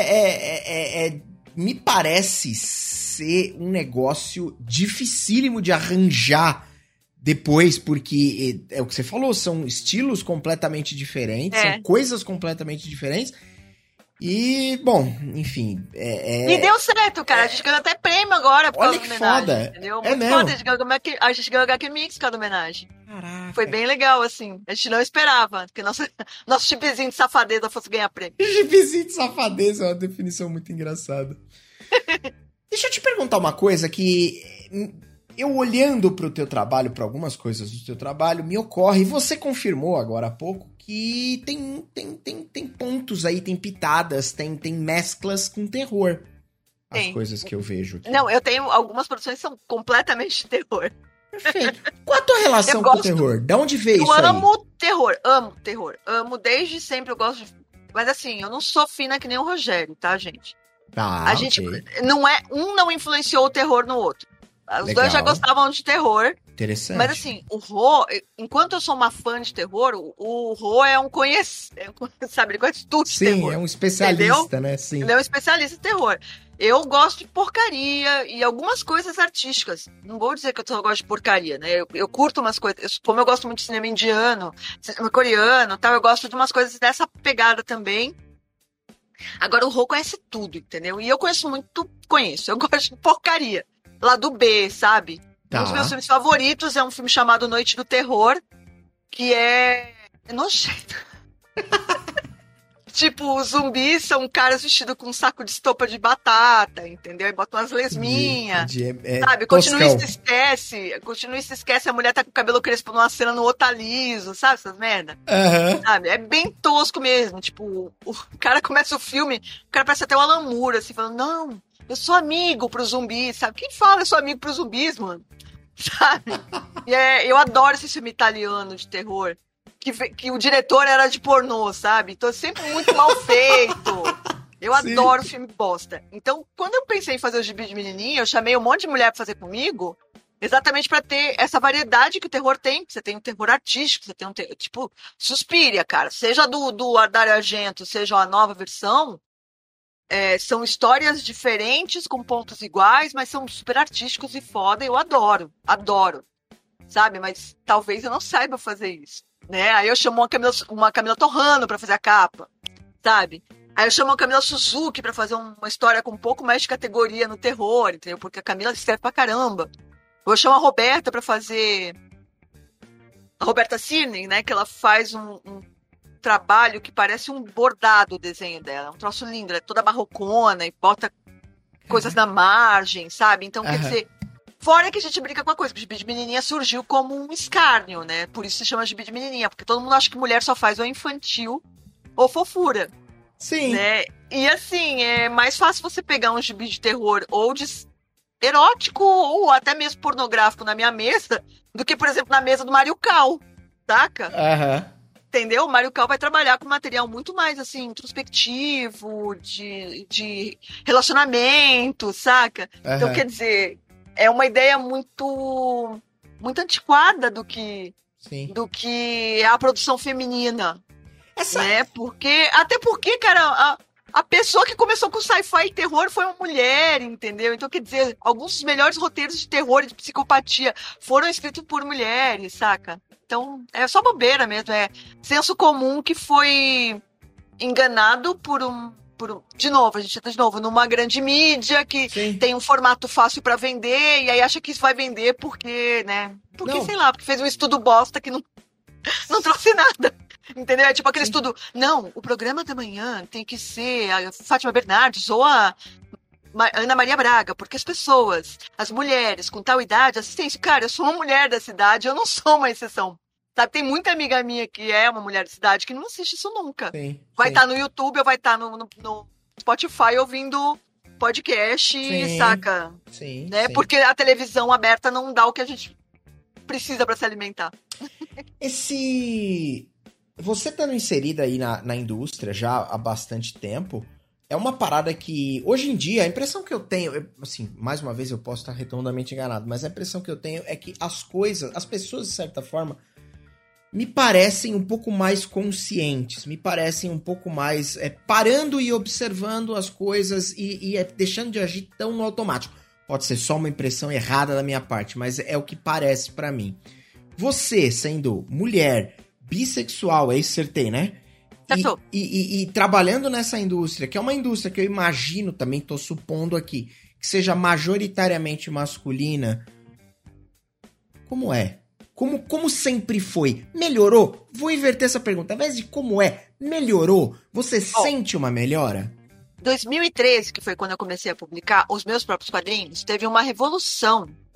me parece ser um negócio dificílimo de arranjar depois, porque é o que você falou, são estilos completamente diferentes, são coisas completamente diferentes. E, bom, enfim... E deu certo, cara. A gente ganhou até prêmio agora por causa da homenagem. Foda. Entendeu? É Muito mesmo? foda. A gente ganhou HQ Mix com a homenagem. Caraca. Foi bem legal, assim. A gente não esperava que nosso chipzinho de safadeza fosse ganhar prêmio. Chipzinho de safadeza é uma definição muito engraçada. Deixa eu te perguntar uma coisa que... eu olhando pro teu trabalho, para algumas coisas do teu trabalho, me ocorre, e você confirmou agora há pouco, que tem pontos aí, tem pitadas, tem mesclas com terror. As coisas que eu vejo aqui. Não, eu tenho algumas produções que são completamente de terror. Perfeito. Qual a tua relação com o terror? De onde veio isso aí? Eu amo terror, amo terror. Amo desde sempre, eu gosto de... Mas assim, eu não sou fina que nem o Rogério, tá, gente? A gente não é... Um não influenciou o terror no outro. Os dois já gostavam de terror. Interessante. Mas assim, o Rô, enquanto eu sou uma fã de terror, o Rô é um sabe, ele conhece tudo de terror. Sim, é um especialista, entendeu? Né? Sim. Ele é um especialista em terror. Eu gosto de porcaria e algumas coisas artísticas. Não vou dizer que eu só gosto de porcaria, né? Eu curto umas coisas. Como eu gosto muito de cinema indiano, cinema coreano, tal, eu gosto de umas coisas dessa pegada também. Agora o Rô conhece tudo, entendeu? E eu conheço. Eu gosto de porcaria. Lá do B, sabe? Um dos meus filmes favoritos é um filme chamado Noite do Terror, que é nojento. Tipo, os zumbis são caras vestidos com um saco de estopa de batata, entendeu? E botam umas lesminhas, sabe? Continua e se esquece, a mulher tá com o cabelo crespo numa cena no outro liso, sabe essas merda? Sabe? É bem tosco mesmo, tipo, o cara começa o filme, o cara parece até o Alan Moore, assim, falando, não, eu sou amigo pros zumbis, sabe? Quem fala eu sou amigo pros zumbis, mano? Sabe? E eu adoro esse filme italiano de terror. Que o diretor era de pornô, sabe? Então é sempre muito mal feito. Eu adoro filme bosta. Então, quando eu pensei em fazer o Gibi de Menininha, eu chamei um monte de mulher pra fazer comigo, exatamente pra ter essa variedade que o terror tem. Você tem um terror artístico, você tem um terror, tipo, Suspiria, cara. Seja do Dario Argento, seja a nova versão, são histórias diferentes, com pontos iguais, mas são super artísticos e foda. Eu adoro, sabe? Mas talvez eu não saiba fazer isso. Né? Aí eu chamo uma Camila Torrano pra fazer a capa, sabe? Aí eu chamo a Camila Suzuki pra fazer uma história com um pouco mais de categoria no terror, entendeu? Porque a Camila escreve pra caramba. Eu chamo a Roberta pra fazer... A Roberta Cirne, né? Que ela faz um trabalho que parece um bordado o desenho dela. É um troço lindo, ela é toda barrocona e bota coisas na margem, sabe? Então, quer dizer... Fora que a gente brinca com a coisa, que o Gibi de Menininha surgiu como um escárnio, né? Por isso se chama Gibi de Menininha, porque todo mundo acha que mulher só faz ou infantil ou fofura. Sim. Né? E assim, é mais fácil você pegar um gibi de terror ou de erótico ou até mesmo pornográfico na minha mesa do que, por exemplo, na mesa do Mário Cal, saca? Entendeu? O Mário Cal vai trabalhar com material muito mais, assim, introspectivo, de relacionamento, saca? Então, quer dizer... É uma ideia muito antiquada do que é a produção feminina. Né? Até porque, cara, a pessoa que começou com sci-fi e terror foi uma mulher, entendeu? Então, quer dizer, alguns dos melhores roteiros de terror e de psicopatia foram escritos por mulheres, saca? Então, é só bobeira mesmo, é senso comum que foi enganado de novo, a gente entra de novo numa grande mídia que tem um formato fácil pra vender e aí acha que isso vai vender porque, né? Porque, sei lá, porque fez um estudo bosta que não trouxe nada. Entendeu? É tipo aquele estudo, não, o programa da manhã tem que ser a Fátima Bernardes ou a Ana Maria Braga, porque as mulheres com tal idade assistem isso. Cara, eu sou uma mulher da cidade, eu não sou uma exceção. Sabe, tem muita amiga minha que é uma mulher de cidade que não assiste isso nunca. Vai estar no YouTube ou vai estar no Spotify ouvindo podcast, saca? Né? Porque a televisão aberta não dá o que a gente precisa para se alimentar. Você estando inserida aí na indústria já há bastante tempo, é uma parada que, hoje em dia, a impressão que eu tenho, assim, mais uma vez eu posso estar redondamente enganado, mas a impressão que eu tenho é que as pessoas, de certa forma, me parecem um pouco mais conscientes, me parecem um pouco mais parando e observando as coisas e deixando de agir tão no automático. Pode ser só uma impressão errada da minha parte, mas é o que parece pra mim. Você, sendo mulher, bissexual, é isso que acertei, né? E trabalhando nessa indústria, que é uma indústria que eu imagino, também tô supondo aqui, que seja majoritariamente masculina, como é? Como sempre foi? Melhorou? Vou inverter essa pergunta. Ao invés de como melhorou? Você sente uma melhora? 2013, que foi quando eu comecei a publicar os meus próprios quadrinhos, teve uma revolução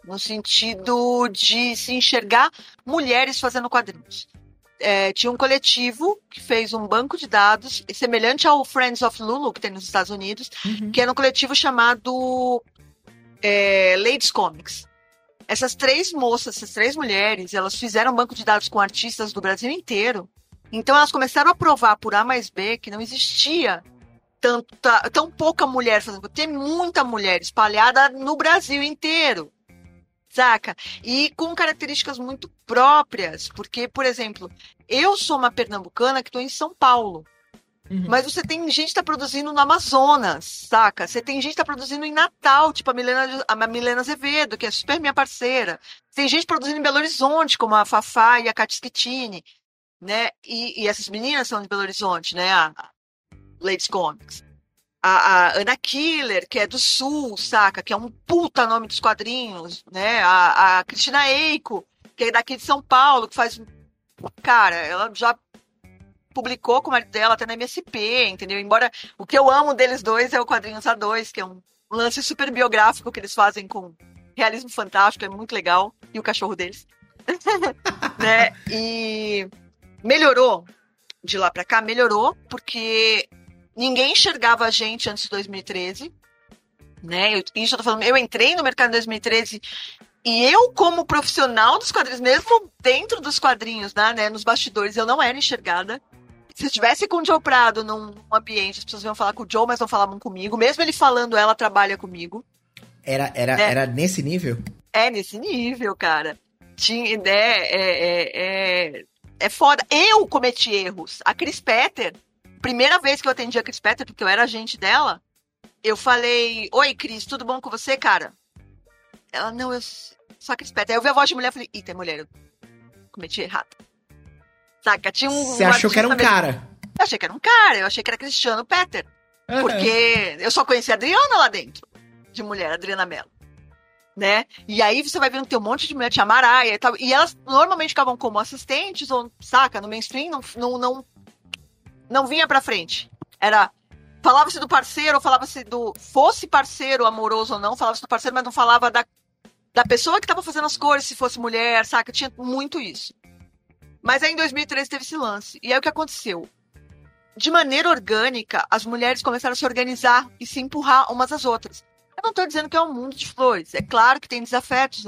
no sentido de se enxergar mulheres fazendo quadrinhos. Tinha um coletivo que fez um banco de dados semelhante ao Friends of Lulu, que tem nos Estados Unidos, que era um coletivo chamado Ladies Comics. Essas 3 moças, essas 3 mulheres, elas fizeram um banco de dados com artistas do Brasil inteiro. Então elas começaram a provar por A mais B que não existia tão pouca mulher fazendo. Tem muita mulher espalhada no Brasil inteiro. Saca? E com características muito próprias, porque, por exemplo, eu sou uma pernambucana que estou em São Paulo, mas você tem gente que está produzindo no Amazonas, saca? Você tem gente que está produzindo em Natal, tipo a Milena Azevedo, que é super minha parceira. Tem gente produzindo em Belo Horizonte, como a Fafá e a Katy Schettini, né? E essas meninas são de Belo Horizonte, né? A Ladies Comics. A Ana Killer, que é do Sul, saca? Que é um puta nome dos quadrinhos, né? A Cristina Eiko, que é daqui de São Paulo, que faz... Cara, ela já publicou com o marido dela até na MSP, entendeu? Embora o que eu amo deles dois é o Quadrinhos A2, que é um lance super biográfico que eles fazem com realismo fantástico, é muito legal. E o cachorro deles. Né? E melhorou de lá pra cá, melhorou, porque... Ninguém enxergava a gente antes de 2013, né? Isso eu tô falando, eu entrei no mercado em 2013 e eu, como profissional dos quadrinhos, mesmo dentro dos quadrinhos, né, nos bastidores, eu não era enxergada. Se eu estivesse com o Joe Prado num ambiente, as pessoas iam falar com o Joe, mas não falavam comigo. Mesmo ele falando, ela trabalha comigo. Era nesse nível? É nesse nível, cara. Tinha, é foda. Eu cometi erros. A Cris Petter, primeira vez que eu atendi a Cris Petter, porque eu era agente dela, eu falei, oi, Cris, tudo bom com você, cara? Ela, não, eu sou a Cris Petter. Aí eu vi a voz de mulher e falei, eita, mulher, eu cometi errado. Saca? Tinha Você achou que era um cara? Eu achei que era um cara, eu achei que era Cristiano Petter. Porque eu só conhecia a Adriana lá dentro, de mulher, Adriana Mello. Né? E aí você vai vendo que tem um monte de mulher, tinha Maraia e tal, e elas normalmente ficavam como assistentes, ou, saca, no mainstream, não vinha pra frente. Falava-se do parceiro, ou falava-se fosse parceiro amoroso ou não, falava-se do parceiro, mas não falava da pessoa que tava fazendo as cores, se fosse mulher, saca? Tinha muito isso. Mas aí em 2013 teve esse lance. E aí o que aconteceu? De maneira orgânica, as mulheres começaram a se organizar e se empurrar umas às outras. Eu não tô dizendo que é um mundo de flores. É claro que tem desafetos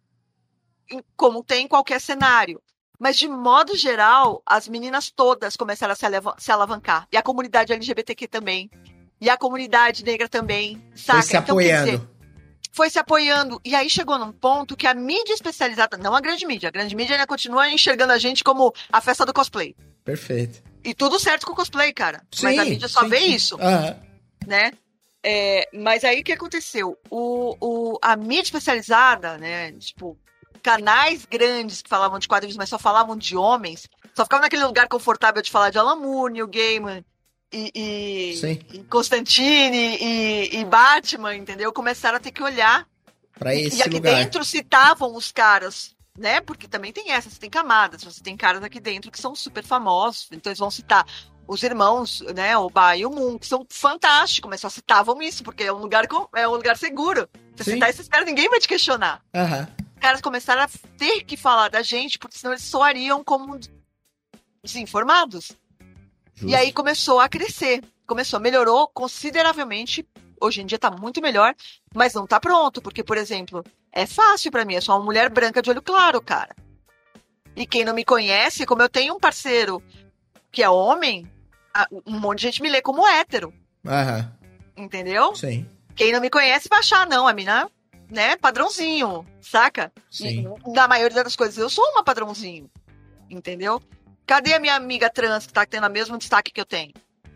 como tem em qualquer cenário. Mas, de modo geral, as meninas todas começaram a se alavancar. E a comunidade LGBTQ também. E a comunidade negra também. Saca? Foi se apoiando. Quer dizer, foi se apoiando. E aí chegou num ponto que a mídia especializada, não a grande mídia ainda continua enxergando a gente como a festa do cosplay. Perfeito. E tudo certo com o cosplay, cara. Sim, mas a mídia só vê isso. Uhum. Né? Mas aí o que aconteceu? A mídia especializada, né? Tipo... canais grandes que falavam de quadrinhos, mas só falavam de homens, só ficavam naquele lugar confortável de falar de Alan Moore, Neil Gaiman e Constantine e Batman, entendeu? Começaram a ter que olhar. Pra esse e aqui lugar. dentro citavam os caras, né? Porque também tem você tem camadas, você tem caras aqui dentro que são super famosos, então eles vão citar os irmãos, né? O Ba e o Moon, que são fantásticos, mas só citavam isso, porque é um lugar seguro. Você citar esses caras, ninguém vai te questionar. Aham. Caras começaram a ter que falar da gente, porque senão eles soariam como desinformados. Justo. E aí começou a crescer. Melhorou consideravelmente. Hoje em dia tá muito melhor, mas não tá pronto. Porque, por exemplo, é fácil pra mim. Eu sou uma mulher branca de olho claro, cara. E quem não me conhece, como eu tenho um parceiro que é homem, um monte de gente me lê como hétero. Aham. Entendeu? Sim. Quem não me conhece vai achar, não, a mina... né, padrãozinho, saca? Sim. E, na maioria das coisas, eu sou uma padrãozinho, entendeu? Cadê a minha amiga trans que tá tendo o mesmo destaque que eu tenho?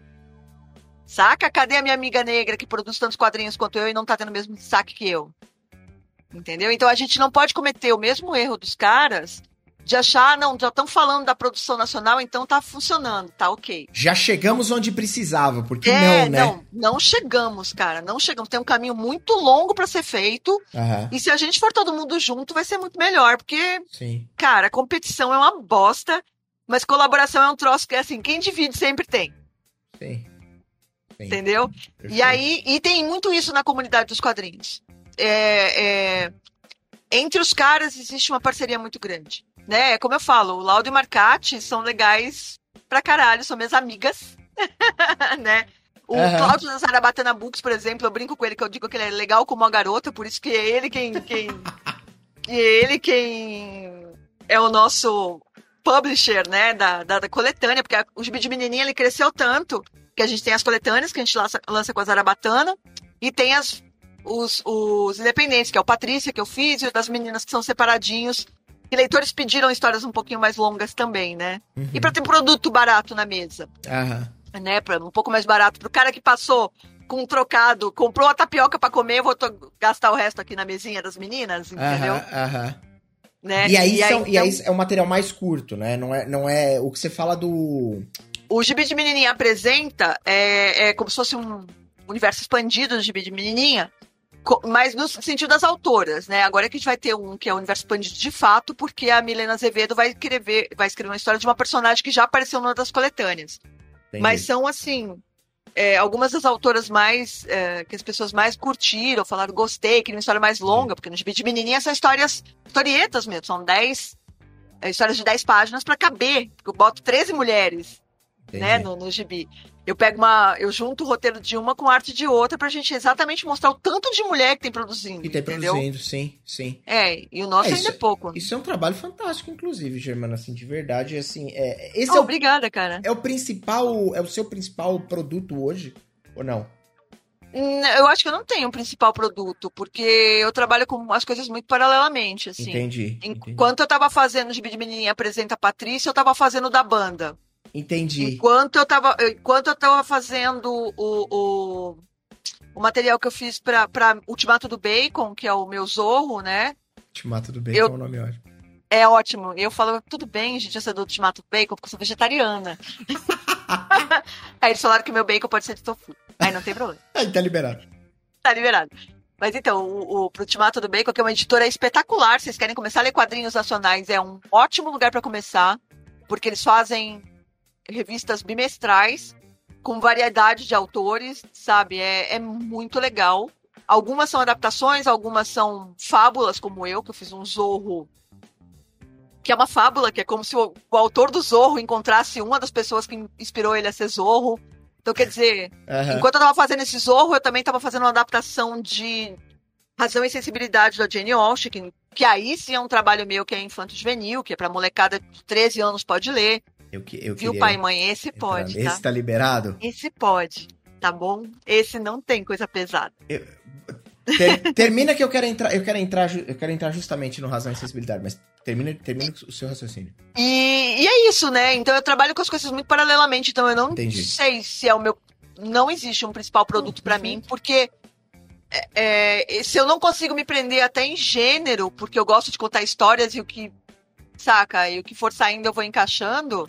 Saca? Cadê a minha amiga negra que produz tantos quadrinhos quanto eu e não tá tendo o mesmo destaque que eu? Entendeu? Então a gente não pode cometer o mesmo erro dos caras de achar, não, já estão falando da produção nacional, então tá funcionando, tá ok. Já chegamos onde precisava, porque não, né? Não chegamos, cara, não chegamos. Tem um caminho muito longo pra ser feito, e se a gente for todo mundo junto, vai ser muito melhor, porque, sim, cara, competição é uma bosta, mas colaboração é um troço que, assim, quem divide sempre tem. Sim. Entendeu? Perfeito. E aí, tem muito isso na comunidade dos quadrinhos. entre os caras existe uma parceria muito grande, né? Como eu falo, o Laudo e o Marcati são legais pra caralho, são minhas amigas, né? O Cláudio da Zarabatana Books, por exemplo, eu brinco com ele que eu digo que ele é legal como uma garota, por isso que é ele quem é o nosso publisher, né, da coletânea, porque o Gibi de Menininha ele cresceu tanto que a gente tem as coletâneas que a gente lança com a Zarabatana e tem os independentes, que é o Patrícia, que eu fiz, e o das meninas que são separadinhos. E leitores pediram histórias um pouquinho mais longas também, né? E para ter produto barato na mesa. Né? Pra, um pouco mais barato. Pro cara que passou com um trocado, comprou a tapioca para comer, eu vou gastar o resto aqui na mesinha das meninas, entendeu? Né? E aí é o material mais curto, né? Não é o que você fala do... O Gibi de Menininha apresenta é como se fosse um universo expandido do Gibi de Menininha, mas no sentido das autoras, né? Agora é que a gente vai ter um que é o universo expandido de fato, porque a Milena Azevedo vai escrever uma história de uma personagem que já apareceu numa das coletâneas. Entendi. Mas são, assim, algumas das autoras mais que as pessoas mais curtiram, falaram, gostei, queria uma história mais longa, porque no Gibi de Menininha são historietas mesmo, são 10 histórias de 10 páginas para caber, porque eu boto 13 mulheres, né, no Gibi. Eu junto o roteiro de uma com a arte de outra pra gente exatamente mostrar o tanto de mulher que tem produzindo. Que tem produzindo, sim. E o nosso ainda é pouco. Isso é um trabalho fantástico, inclusive, Germana, assim, de verdade, assim, obrigada, cara. É o seu principal produto hoje, ou não? Eu acho que eu não tenho um principal produto, porque eu trabalho com as coisas muito paralelamente, assim. Entendi. Enquanto eu tava fazendo o Gibi de Menininha Apresenta a Patrícia, eu tava fazendo o da banda. Entendi. Enquanto eu tava fazendo o material que eu fiz pra Ultimato do Bacon, que é o meu Zorro, né? Ultimato do Bacon é um nome ótimo. É ótimo. Eu falo, tudo bem, gente, eu sou do Ultimato do Bacon, porque eu sou vegetariana. Aí eles falaram que meu bacon pode ser de tofu. Aí não tem problema. Aí tá liberado. Tá liberado. Mas então, pro Ultimato do Bacon, que é uma editora espetacular, se vocês querem começar a ler quadrinhos nacionais, é um ótimo lugar pra começar, porque eles fazem revistas bimestrais com variedade de autores, sabe? É muito legal. Algumas são adaptações, algumas são fábulas, como eu, que eu fiz um Zorro, que é uma fábula, que é como se o autor do Zorro encontrasse uma das pessoas que inspirou ele a ser Zorro. Então, quer dizer, enquanto eu tava fazendo esse Zorro, eu também tava fazendo uma adaptação de Razão e Sensibilidade da Jane Austen, que aí sim é um trabalho meu que é infanto-juvenil, que é pra molecada de 13 anos pode ler. Viu, pai e mãe? Esse pode, tá? Esse tá liberado? Esse pode, tá bom? Esse não tem coisa pesada. Termina que eu quero entrar justamente no Razão e Sensibilidade, mas termina o seu raciocínio. E é isso, né? Então eu trabalho com as coisas muito paralelamente, então eu não sei se é o meu... Não existe um principal produto pra mim, porque se eu não consigo me prender até em gênero, porque eu gosto de contar histórias e o que... Saca? E o que for saindo eu vou encaixando.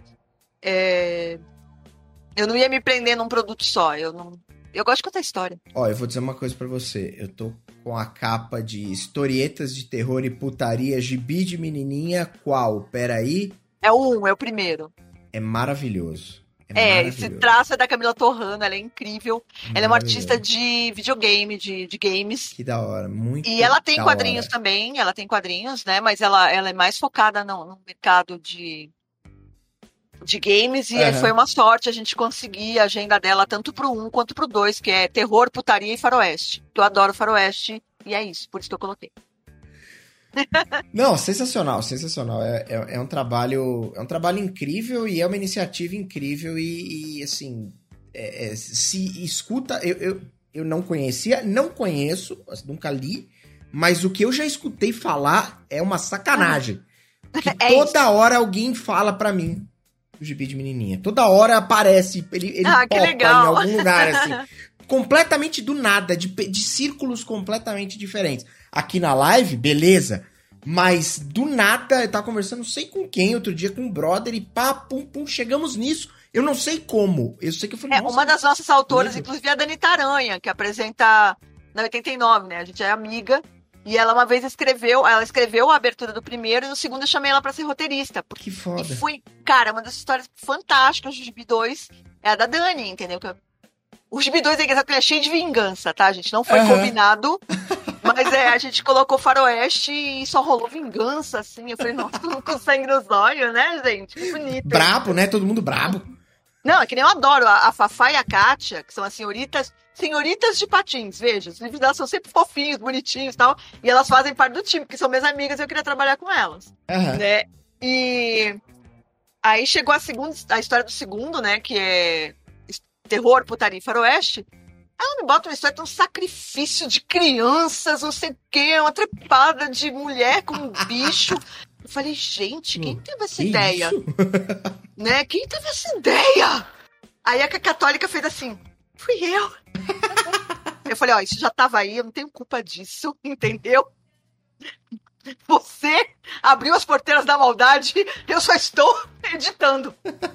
Eu não ia me prender num produto só. Eu gosto de contar história. Ó, eu vou dizer uma coisa pra você. Eu tô com a capa de historietas de terror e putaria, Gibi de Menininha. Qual? Peraí. É o primeiro. É maravilhoso. Esse traço é da Camila Torrano, ela é incrível. Ela é uma artista de videogame, de games. Que da hora, muito. E ela tem quadrinhos também, ela tem quadrinhos, né? Mas ela é mais focada no mercado de games. E foi uma sorte a gente conseguir a agenda dela tanto pro 1 quanto pro 2, que é terror, putaria e faroeste. Eu adoro faroeste e é isso, por isso que eu coloquei. Não, sensacional. É um trabalho incrível e é uma iniciativa incrível e assim, se escuta, eu não conhecia, não conheço, nunca li, mas o que eu já escutei falar é uma sacanagem. Que toda hora alguém fala pra mim o Gibi de Menininha. Toda hora aparece, ele popa em algum lugar, assim. Completamente do nada, de círculos completamente diferentes. Aqui na live, beleza. Mas do nada, eu tava conversando, não sei com quem, outro dia com um brother, e pá, pum, pum, chegamos nisso. Eu não sei como. Eu sei que eu falei, uma das nossas autoras, inclusive a Dani Taranha, que apresenta na 89, né? A gente é amiga. E ela uma vez escreveu a abertura do primeiro, e no segundo eu chamei ela pra ser roteirista. Que foda. E foi, cara, uma das histórias fantásticas do Gibi 2 é a da Dani, entendeu? O Gibi 2 é cheio de vingança, tá, gente? Não foi combinado, Mas a gente colocou faroeste e só rolou vingança, assim. Eu falei, nossa, com sangue nos olhos, né, gente? Que bonito. Brabo, né? Todo mundo brabo. Não, é que nem eu adoro a Fafá e a Kátia, que são as senhoritas de patins, veja. Os livros delas são sempre fofinhos, bonitinhos e tal. E elas fazem parte do time, porque são minhas amigas e eu queria trabalhar com elas. Né? E aí chegou a história do segundo, né? Que é terror, putaria e faroeste. Ela me bota uma história de um sacrifício de crianças, não sei o quê, uma trepada de mulher com um bicho. Eu falei, gente, quem teve essa ideia? Né? Quem teve essa ideia? Aí a Católica fez assim, fui eu. Eu falei, ó, isso já tava aí, eu não tenho culpa disso, entendeu? Você abriu as porteiras da maldade, eu só estou editando.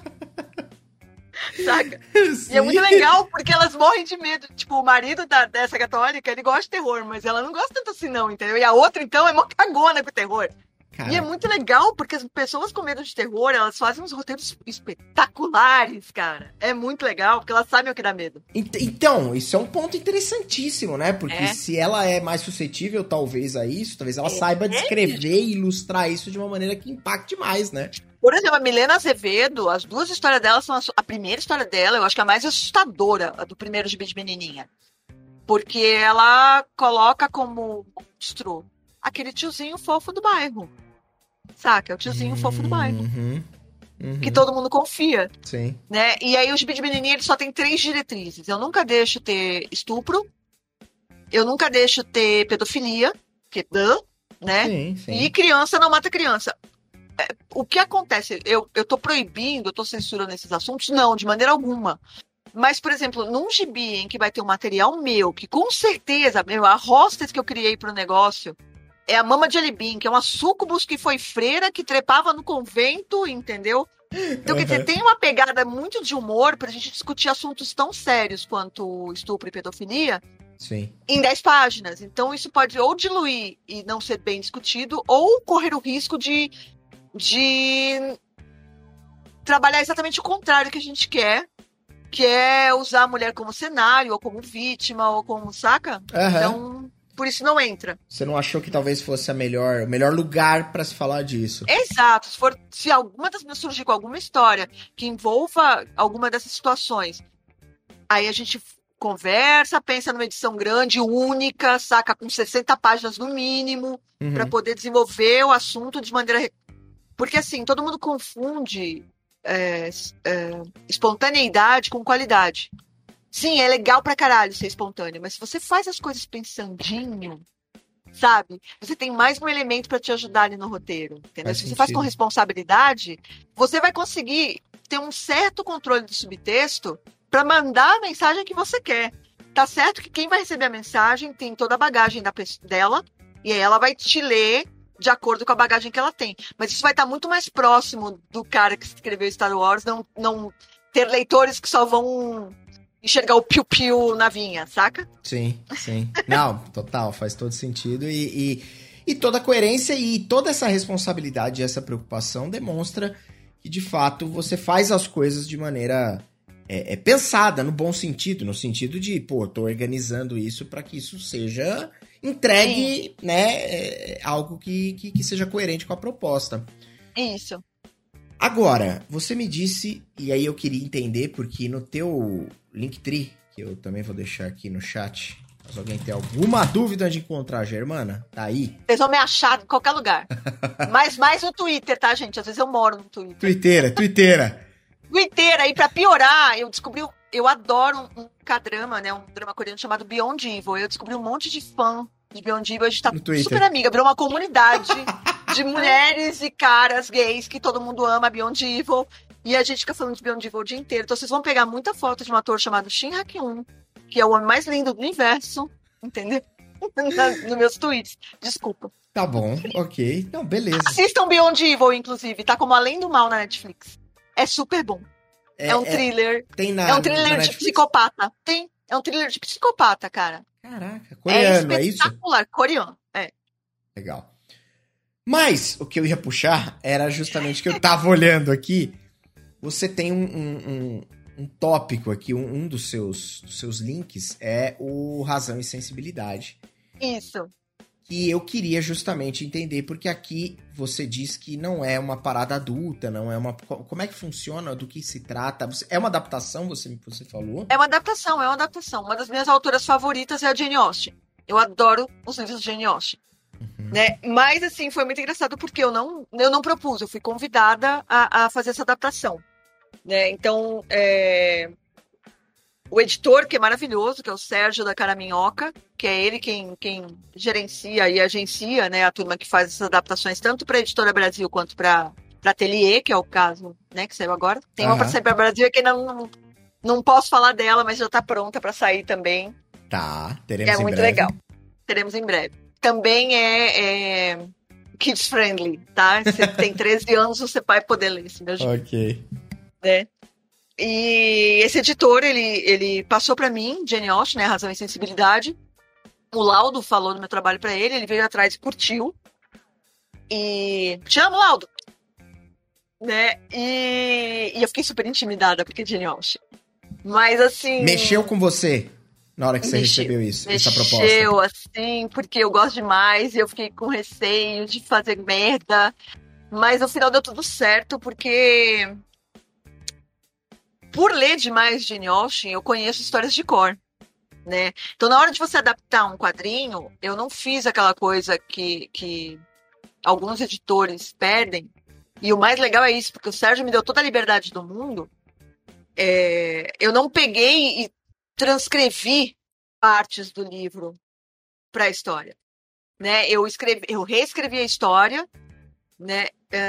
Saca? Sim. E é muito legal, porque elas morrem de medo. Tipo, o marido dessa católica, ele gosta de terror, mas ela não gosta tanto assim, não, entendeu? E a outra, então, é mó cagona com o terror. Caraca. E é muito legal, porque as pessoas com medo de terror, elas fazem uns roteiros espetaculares, cara. É muito legal, porque elas sabem o que dá medo. Então, isso é um ponto interessantíssimo, né? Porque se ela é mais suscetível, talvez, a isso, talvez ela saiba descrever e ilustrar isso de uma maneira que impacte mais, né? Por exemplo, a Milena Azevedo, as duas histórias dela são a primeira história dela, eu acho que é a mais assustadora, a do primeiro Gibi de Menininha. Porque ela coloca como monstro aquele tiozinho fofo do bairro. Saca? É o tiozinho fofo do bairro. Que todo mundo confia. Sim. Né? E aí o Gibi de Menininha ele só tem 3 diretrizes. Eu nunca deixo ter estupro. Eu nunca deixo ter pedofilia. Que né? Sim. E criança não mata criança. O que acontece? Eu tô proibindo, eu tô censurando esses assuntos? Não, de maneira alguma. Mas, por exemplo, num gibi em que vai ter um material meu, que com certeza, a hostess que eu criei pro negócio é a Mama Jelly Bean, que é uma sucubus que foi freira, que trepava no convento, entendeu? Então, quer dizer, tem uma pegada muito de humor pra gente discutir assuntos tão sérios quanto estupro e pedofilia. Sim. Em 10 páginas. Então, isso pode ou diluir e não ser bem discutido, ou correr o risco de trabalhar exatamente o contrário que a gente quer, que é usar a mulher como cenário, ou como vítima, ou como, saca? Então, por isso não entra. Você não achou que talvez fosse o melhor lugar pra se falar disso? Exato. Se alguma das minhas surgir com alguma história que envolva alguma dessas situações, aí a gente conversa, pensa numa edição grande, única, saca? Com 60 páginas no mínimo, pra poder desenvolver o assunto de maneira... Porque, assim, todo mundo confunde espontaneidade com qualidade. Sim, é legal pra caralho ser espontâneo, mas se você faz as coisas pensandinho, sabe? Você tem mais um elemento pra te ajudar ali no roteiro, entendeu? Se você faz com responsabilidade, você vai conseguir ter um certo controle do subtexto pra mandar a mensagem que você quer. Tá certo que quem vai receber a mensagem tem toda a bagagem dela, e aí ela vai te ler de acordo com a bagagem que ela tem. Mas isso vai estar muito mais próximo do cara que escreveu Star Wars, não ter leitores que só vão enxergar o piu-piu na vinha, saca? Sim. Não, total, faz todo sentido. E toda a coerência e toda essa responsabilidade e essa preocupação demonstra que, de fato, você faz as coisas de maneira pensada, no bom sentido, no sentido de, tô organizando isso para que isso seja... entregue, né, algo que seja coerente com a proposta. Isso. Agora, você me disse, e aí eu queria entender, porque no teu Linktree, que eu também vou deixar aqui no chat, se alguém tem alguma dúvida de encontrar a Germana, tá aí. Vocês vão me achar em qualquer lugar. Mas mais no Twitter, tá, gente? Às vezes eu moro no Twitter. Twitteira. E pra piorar, eu adoro um K-drama, né? Um drama coreano chamado Beyond Evil. Eu descobri um monte de fã de Beyond Evil. A gente tá super amiga. Virou uma comunidade de mulheres e caras gays que todo mundo ama Beyond Evil. E a gente fica falando de Beyond Evil o dia inteiro. Então vocês vão pegar muita foto de um ator chamado Shin Ha-kyun, que é o homem mais lindo do universo, entendeu? Nos meus tweets. Desculpa. Tá bom, ok. Não, beleza. Assistam Beyond Evil, inclusive. Tá como Além do Mal na Netflix. É super bom. É um thriller. É um thriller de psicopata. É um thriller de psicopata, cara. Caraca, coreano, é isso? Espetacular, coreano, Legal. Mas, o que eu ia puxar era justamente que eu tava olhando aqui. Você tem um tópico aqui, um dos seus links é o Razão e Sensibilidade. Isso. que eu queria justamente entender, porque aqui você diz que não é uma parada adulta, não é uma... Como é que funciona? Do que se trata? É uma adaptação, você falou? É uma adaptação, é uma adaptação. Uma das minhas autoras favoritas é a Jane Austen. Eu adoro os livros de Jane Austen. Né? Mas, assim, foi muito engraçado porque eu não propus, eu fui convidada a fazer essa adaptação. Né? Então, o editor, que é maravilhoso, que é o Sérgio da Caraminhoca, que é ele quem gerencia e agencia, né, a turma que faz essas adaptações, tanto para a Editora Brasil quanto para Ateliê, que é o caso, né, que saiu agora. Tem uma para sair para Brasil que não posso falar dela, mas já está pronta para sair também. Tá, teremos em breve. É muito legal. Teremos em breve. Também é kids friendly, tá? Você tem 13 anos, você vai poder ler esse meu livro. Ok. Né? E esse editor, ele passou para mim, Jane Austen, né, Razão e Sensibilidade. O Laudo falou do meu trabalho para ele veio atrás e curtiu. E te amo, Laudo! Né? E eu fiquei super intimidada porque é Jane Austen. Mas assim... Mexeu com você na hora que você recebeu essa proposta? Mexeu, assim, porque eu gosto demais e eu fiquei com receio de fazer merda. Mas no final deu tudo certo, porque... Por ler demais Jane Austen, eu conheço histórias de cor, né? Então, na hora de você adaptar um quadrinho, eu não fiz aquela coisa que alguns editores pedem. E o mais legal é isso, porque o Sérgio me deu toda a liberdade do mundo. Eu não peguei e transcrevi partes do livro para a história, né? Eu reescrevi a história, né?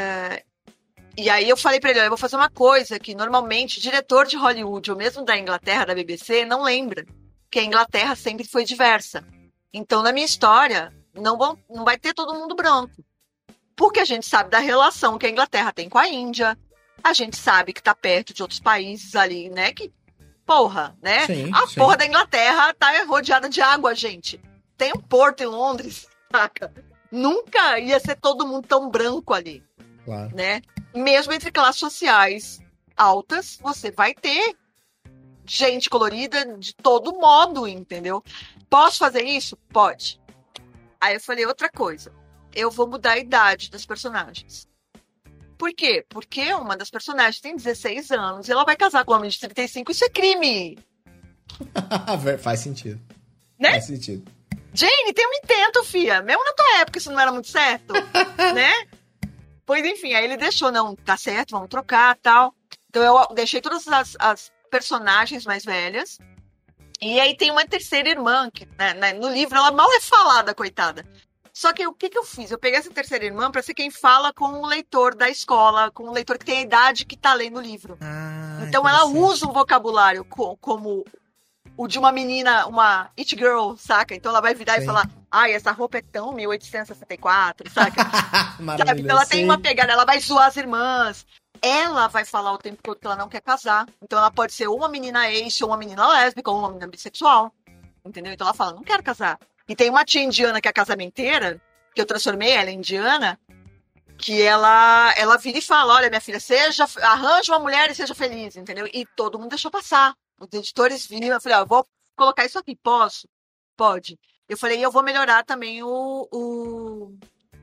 E aí eu falei para ele, eu vou fazer uma coisa que normalmente diretor de Hollywood ou mesmo da Inglaterra, da BBC, não lembra, que a Inglaterra sempre foi diversa. Então, na minha história, não vai ter todo mundo branco. Porque a gente sabe da relação que a Inglaterra tem com a Índia, a gente sabe que tá perto de outros países ali, né, que, porra, né? Sim. Porra da Inglaterra tá rodeada de água, gente. Tem um porto em Londres, saca? Nunca ia ser todo mundo tão branco ali. Claro. Né? Mesmo entre classes sociais altas, você vai ter gente colorida de todo modo, entendeu? Posso fazer isso? Pode. Aí eu falei outra coisa. Eu vou mudar a idade das personagens. Por quê? Porque uma das personagens tem 16 anos e ela vai casar com um homem de 35. Isso é crime. Faz sentido. Né? Faz sentido. Jane, tem um intento, fia. Mesmo na tua época isso não era muito certo. Né? Pois enfim, aí ele deixou, não, tá certo, vamos trocar, tal. Então eu deixei todas as personagens mais velhas. E aí tem uma terceira irmã, que né, no livro ela mal é falada, coitada. Só que o que eu fiz? Eu peguei essa terceira irmã para ser quem fala com o leitor da escola, com o leitor que tem a idade que tá lendo o livro. Então ela usa um vocabulário como o de uma menina, uma it girl, saca? Então ela vai virar e falar, essa roupa é tão 1864, saca? Sabe? Então ela tem uma pegada, ela vai zoar as irmãs. Ela vai falar o tempo todo que ela não quer casar. Então ela pode ser ou uma menina ace, ou uma menina lésbica, ou uma menina bissexual. Entendeu? Então ela fala, não quero casar. E tem uma tia indiana que é a casamenteira, que eu transformei ela em indiana, que ela vira e fala, olha, minha filha, arranje uma mulher e seja feliz, entendeu? E todo mundo deixou passar. Os editores viram, eu falei, eu vou colocar isso aqui, posso? Pode. Eu falei, eu vou melhorar também o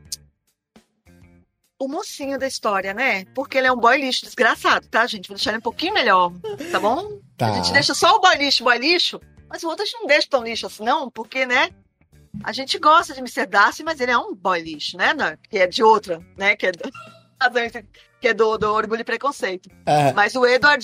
mocinho da história, né? Porque ele é um boy lixo desgraçado, tá, gente? Vou deixar ele um pouquinho melhor, tá bom? Tá. A gente deixa só o boy lixo, mas o outro a gente não deixa tão lixo assim, não, porque, né? A gente gosta de Mr. Darcy, mas ele é um boy lixo, né? Que é de outra, né? Que é do Orgulho e Preconceito. Mas o Edward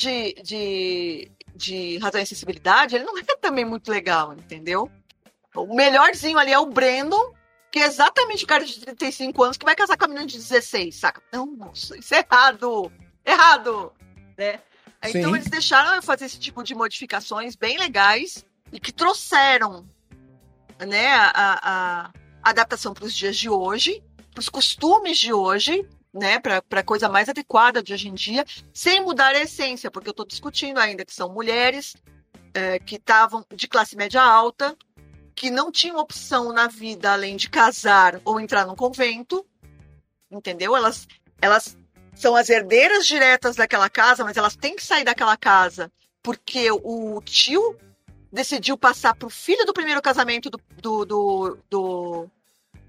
de Razão e Sensibilidade, ele não é também muito legal, entendeu? O melhorzinho ali é o Brandon, que é exatamente o cara de 35 anos que vai casar com a menina de 16, saca? Não, moça, isso é errado! Errado! Né? Então eles deixaram eu fazer esse tipo de modificações bem legais e que trouxeram, né, a adaptação para os dias de hoje, para os costumes de hoje, né, para a coisa mais adequada de hoje em dia, sem mudar a essência, porque eu estou discutindo ainda que são mulheres que estavam de classe média alta, que não tinham opção na vida além de casar ou entrar num convento, entendeu? Elas são as herdeiras diretas daquela casa, mas elas têm que sair daquela casa porque o tio decidiu passar pro filho do primeiro casamento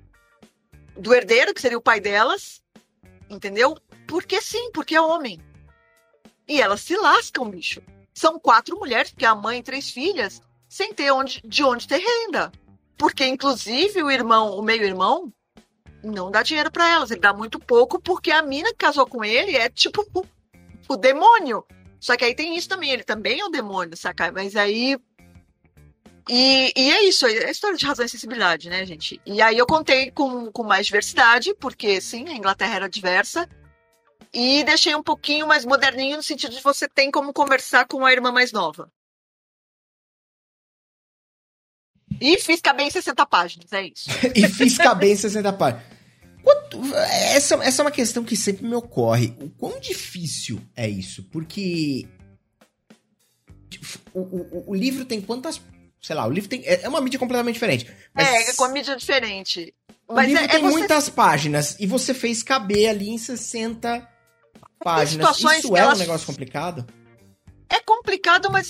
do herdeiro, que seria o pai delas, entendeu? Porque sim, porque é homem. E elas se lascam, bicho. São 4 mulheres, porque a mãe e 3 filhas, sem ter de onde ter renda. Porque, inclusive, o meio-irmão, não dá dinheiro pra elas. Ele dá muito pouco, porque a mina que casou com ele é tipo o demônio. Só que aí tem isso também, ele também é um demônio, saca? Mas aí... E é isso, é história de razão e sensibilidade, né, gente? E aí eu contei com mais diversidade, porque, sim, a Inglaterra era diversa. E deixei um pouquinho mais moderninho, no sentido de você tem como conversar com a irmã mais nova. E fiz caber em 60 páginas, é isso. E fiz caber em 60 páginas. Essa é uma questão que sempre me ocorre. O quão difícil é isso? Porque o livro tem quantas... Sei lá, o livro tem... É uma mídia completamente diferente. Mas... É com a mídia diferente. Mas o livro tem muitas páginas. E você fez caber ali em 60 páginas. Isso é um negócio complicado? É complicado, mas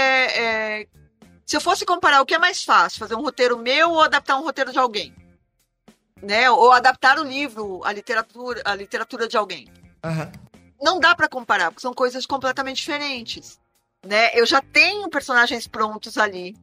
se eu fosse comparar o que é mais fácil, fazer um roteiro meu ou adaptar um roteiro de alguém, né? Ou adaptar o livro, a literatura de alguém. Uhum. Não dá pra comparar, porque são coisas completamente diferentes, né? Eu já tenho personagens prontos ali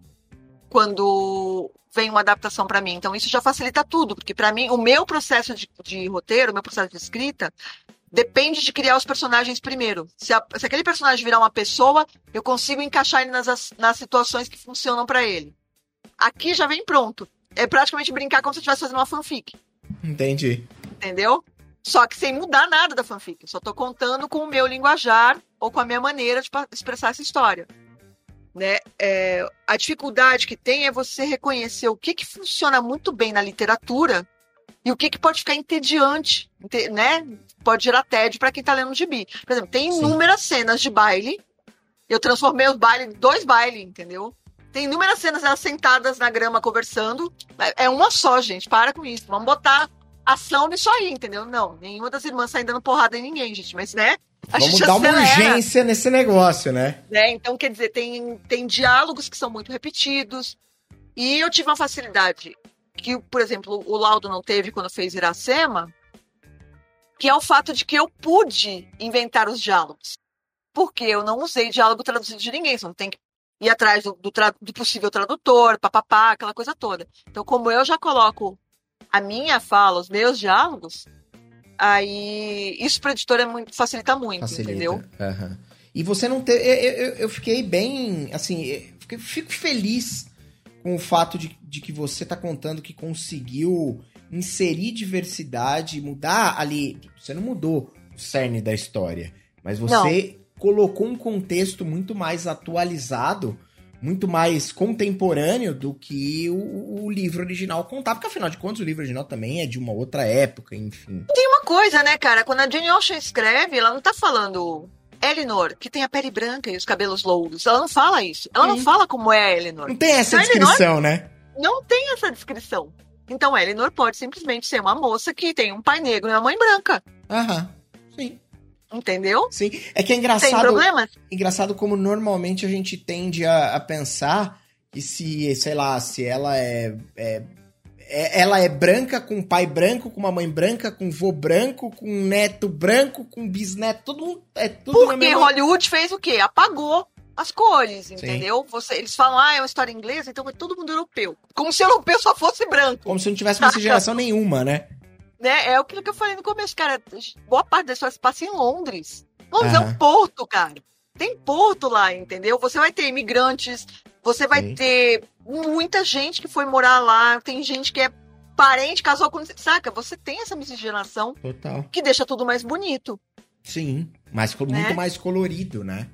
quando vem uma adaptação pra mim, então isso já facilita tudo, porque pra mim o meu processo de roteiro, o meu processo de escrita depende de criar os personagens primeiro. Se aquele personagem virar uma pessoa, eu consigo encaixar ele nas situações que funcionam pra ele. Aqui já vem pronto. É praticamente brincar como se eu estivesse fazendo uma fanfic. Entendi. Entendeu? Só que sem mudar nada da fanfic. Eu só tô contando com o meu linguajar ou com a minha maneira de expressar essa história. Né? A dificuldade que tem é você reconhecer o que funciona muito bem na literatura e o que pode ficar entediante, né? Pode gerar tédio para quem tá lendo um gibi. Por exemplo, tem inúmeras cenas de baile. Eu transformei os bailes em 2 bailes, entendeu? Tem inúmeras cenas elas sentadas na grama conversando. É uma só, gente. Para com isso. Vamos botar ação nisso aí, entendeu? Não, nenhuma das irmãs sai dando porrada em ninguém, gente. Mas, né? Vamos dar uma urgência nesse negócio, né? Então, quer dizer, tem diálogos que são muito repetidos. E eu tive uma facilidade que, por exemplo, o Laudo não teve quando fez Iracema, que é o fato de que eu pude inventar os diálogos. Porque eu não usei diálogo traduzido de ninguém, você não tem que ir atrás do possível tradutor, papapá, aquela coisa toda. Então, como eu já coloco a minha fala, os meus diálogos, aí isso para editor facilita muito, entendeu? Uhum. E você não teve... Eu fiquei bem, assim, fico feliz com o fato de que você tá contando que conseguiu inserir diversidade, mudar ali... Você não mudou o cerne da história, mas você colocou um contexto muito mais atualizado, muito mais contemporâneo do que o livro original contava, porque afinal de contas o livro original também é de uma outra época, enfim. Tem uma coisa, né, cara? Quando a Jane Austen escreve, ela não tá falando... Elinor, que tem a pele branca e os cabelos louros. Ela não fala isso. Ela não fala como é a Elinor. Não tem essa descrição, né? Não tem essa descrição. Então, a Elinor pode simplesmente ser uma moça que tem um pai negro e uma mãe branca. Aham, sim. Entendeu? Sim. É que é engraçado... Tem problemas? Engraçado como normalmente a gente tende a pensar que se ela ela é branca, com um pai branco, com uma mãe branca, com um vô branco, com um neto branco, com um bisneto, todo mundo... tudo porque Hollywood fez o quê? Apagou as cores, entendeu? Eles falam, é uma história inglesa, então é todo mundo europeu. Como se o europeu só fosse branco. Como se não tivesse miscigenação nenhuma, né? É aquilo que eu falei no começo, cara. Boa parte da história se passa em Londres. Londres é um porto, cara. Tem porto lá, entendeu? Você vai ter imigrantes, você vai ter muita gente que foi morar lá, tem gente que é parente, casou com... Saca? Você tem essa miscigenação total que deixa tudo mais bonito. Sim, mas muito mais colorido, né?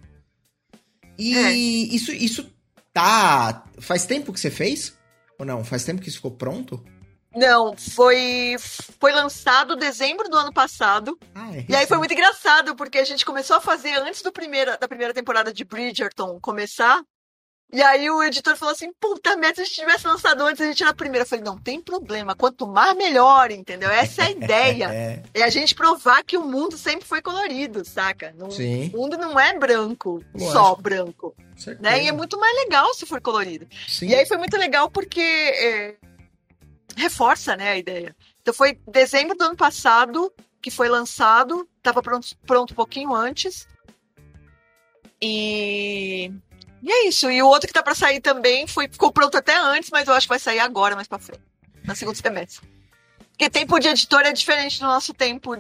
E isso tá... Faz tempo que você fez? Ou não? Faz tempo que isso ficou pronto? Não, foi lançado em dezembro do ano passado. E aí foi muito engraçado, porque a gente começou a fazer antes da primeira temporada de Bridgerton começar. E aí o editor falou assim, puta merda, se a gente tivesse lançado antes, a gente na primeira. Eu falei, não tem problema, quanto mais melhor, entendeu? Essa é a ideia. É a gente provar que o mundo sempre foi colorido, saca? O mundo não é branco, só branco. Né? E é muito mais legal se for colorido. Sim. E aí foi muito legal porque... reforça, né, a ideia. Então foi dezembro do ano passado que foi lançado, tava pronto um pouquinho antes. E é isso. E o outro que tá pra sair também ficou pronto até antes, mas eu acho que vai sair agora, mais pra frente, no segundo semestre. Porque tempo de editor é diferente do nosso tempo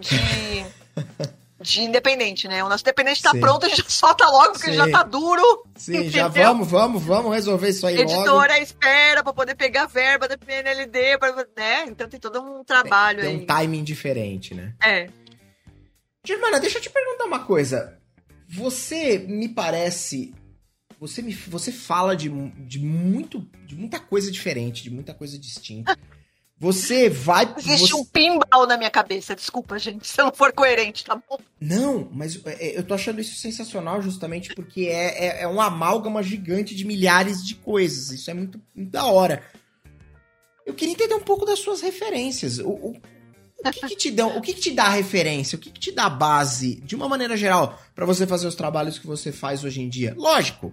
de independente, né? O nosso independente tá pronto, a gente já solta logo, porque já tá duro. Sim, entendeu? Já vamos resolver isso aí editora logo. Editora espera pra poder pegar verba da PNLD, né? Então tem todo um trabalho aí. Tem um timing diferente, né? É. Germana, deixa eu te perguntar uma coisa. Você me parece... Você fala de muita coisa diferente, de muita coisa distinta. Você vai... Existe um pinball na minha cabeça, desculpa, gente, se eu não for coerente, tá bom? Não, mas eu tô achando isso sensacional justamente porque é um amálgama gigante de milhares de coisas. Isso é muito da hora. Eu queria entender um pouco das suas referências. O que te dá referência? O que te dá base, de uma maneira geral, pra você fazer os trabalhos que você faz hoje em dia? Lógico,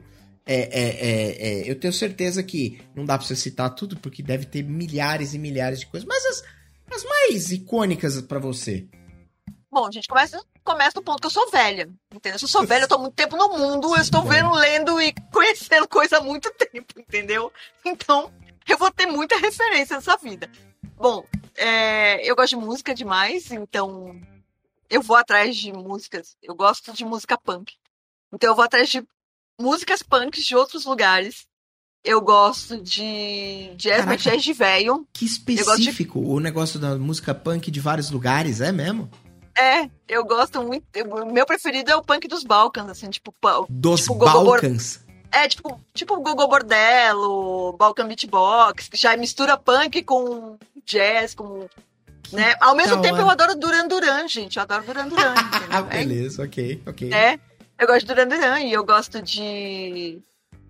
eu tenho certeza que não dá pra você citar tudo, porque deve ter milhares e milhares de coisas, mas as mais icônicas pra você. Bom, gente, começa do ponto que eu sou velha, entendeu? Se eu sou velha, eu tô há muito tempo no mundo, eu estou vendo, lendo e conhecendo coisa há muito tempo, entendeu? Então, eu vou ter muita referência nessa vida. Bom, eu gosto de música demais, então eu vou atrás de músicas. Eu gosto de música punk. Então eu vou atrás de músicas punks de outros lugares. Eu gosto de jazz, mas jazz de velho. Que específico o negócio da música punk de vários lugares, é mesmo? Eu gosto muito. O meu preferido é o punk dos Balcãs, assim, tipo... Dos Balcãs? Tipo o Gogol Bordello, Balkan Beatbox, que já mistura punk com jazz, com... Né? Ao mesmo tempo eu adoro Duran Duran, gente. Eu adoro Duran Duran. Beleza, ok. Eu gosto de Duran Duran e eu gosto de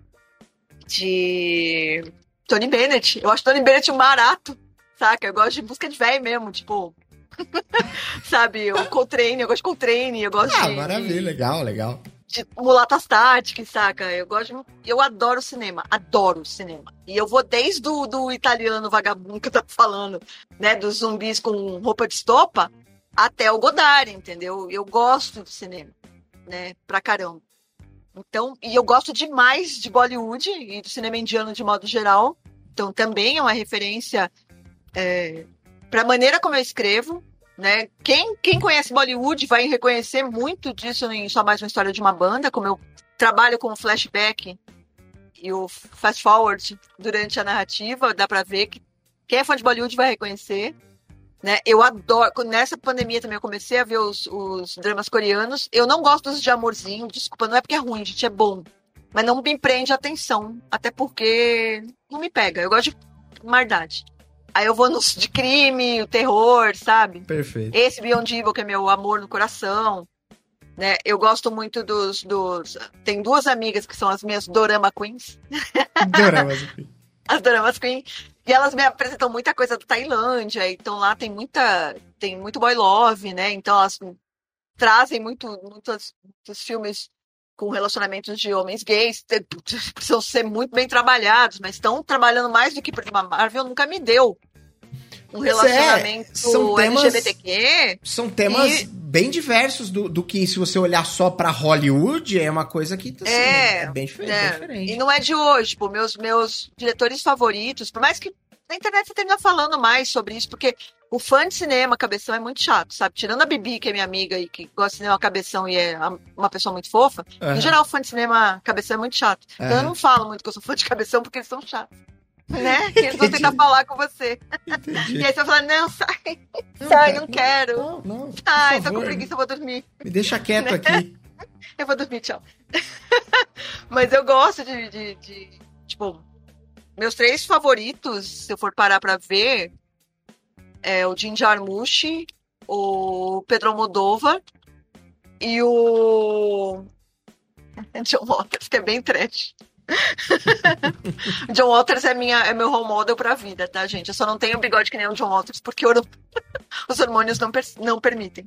Tony Bennett. Eu acho Tony Bennett um barato, saca? Eu gosto de música de velho mesmo, tipo... Sabe, o Coltrane, eu gosto de Coltrane, eu gosto de... maravilha, legal. De Mulatas Táticas, saca? Eu adoro cinema. E eu vou desde do italiano vagabundo que eu tava falando, né? Dos zumbis com roupa de estopa, até o Godard, entendeu? Eu gosto de cinema, né? Pra caramba. Então, e eu gosto demais de Bollywood e do cinema indiano de modo geral. Então, também é uma referência pra maneira como eu escrevo, né? Quem conhece Bollywood vai reconhecer muito disso em Só Mais Uma História de uma Banda, como eu trabalho com o flashback e o fast forward durante a narrativa, dá pra ver que quem é fã de Bollywood vai reconhecer, né? Eu adoro, nessa pandemia também eu comecei a ver os dramas coreanos. Eu não gosto dos de amorzinho, desculpa, não é porque é ruim, gente, é bom, mas não me prende a atenção, até porque não me pega, eu gosto de maldade. Aí eu vou nos de crime, o terror, sabe? Perfeito. Esse Beyond Evil, que é meu amor no coração, né? Eu gosto muito dos... Tem duas amigas que são as minhas Dorama Queens. As Doramas Queens. E elas me apresentam muita coisa da Tailândia. Então lá tem muito boy love, né? Então elas trazem muitos filmes com relacionamentos de homens gays, precisam ser muito bem trabalhados, mas estão trabalhando mais do que porque a Marvel nunca me deu um relacionamento LGBTQ. São temas bem diversos do que, se você olhar só pra Hollywood, é uma coisa que assim, é bem diferente, bem diferente. E não é de hoje, tipo, meus diretores favoritos, por mais que na internet você termina falando mais sobre isso, porque o fã de cinema, cabeção, é muito chato, sabe? Tirando a Bibi, que é minha amiga e que gosta de cinema cabeção e é uma pessoa muito fofa, em geral, o fã de cinema cabeção é muito chato. Então eu não falo muito que eu sou fã de cabeção porque eles são chatos. Né? Que eles vão tentar falar com você. Entendi. E aí você vai falar, não, sai, não quero. Não, sai, tô com preguiça, eu vou dormir. Me deixa quieto, né? Aqui. Eu vou dormir, tchau. Mas eu gosto de tipo, meus 3 favoritos, se eu for parar pra ver, é o Jim Jarmusch, o Pedro Almodóvar e o John Waters, que é bem trash. John Waters é meu role model pra vida, tá, gente? Eu só não tenho bigode que nem o John Waters porque os hormônios não permitem.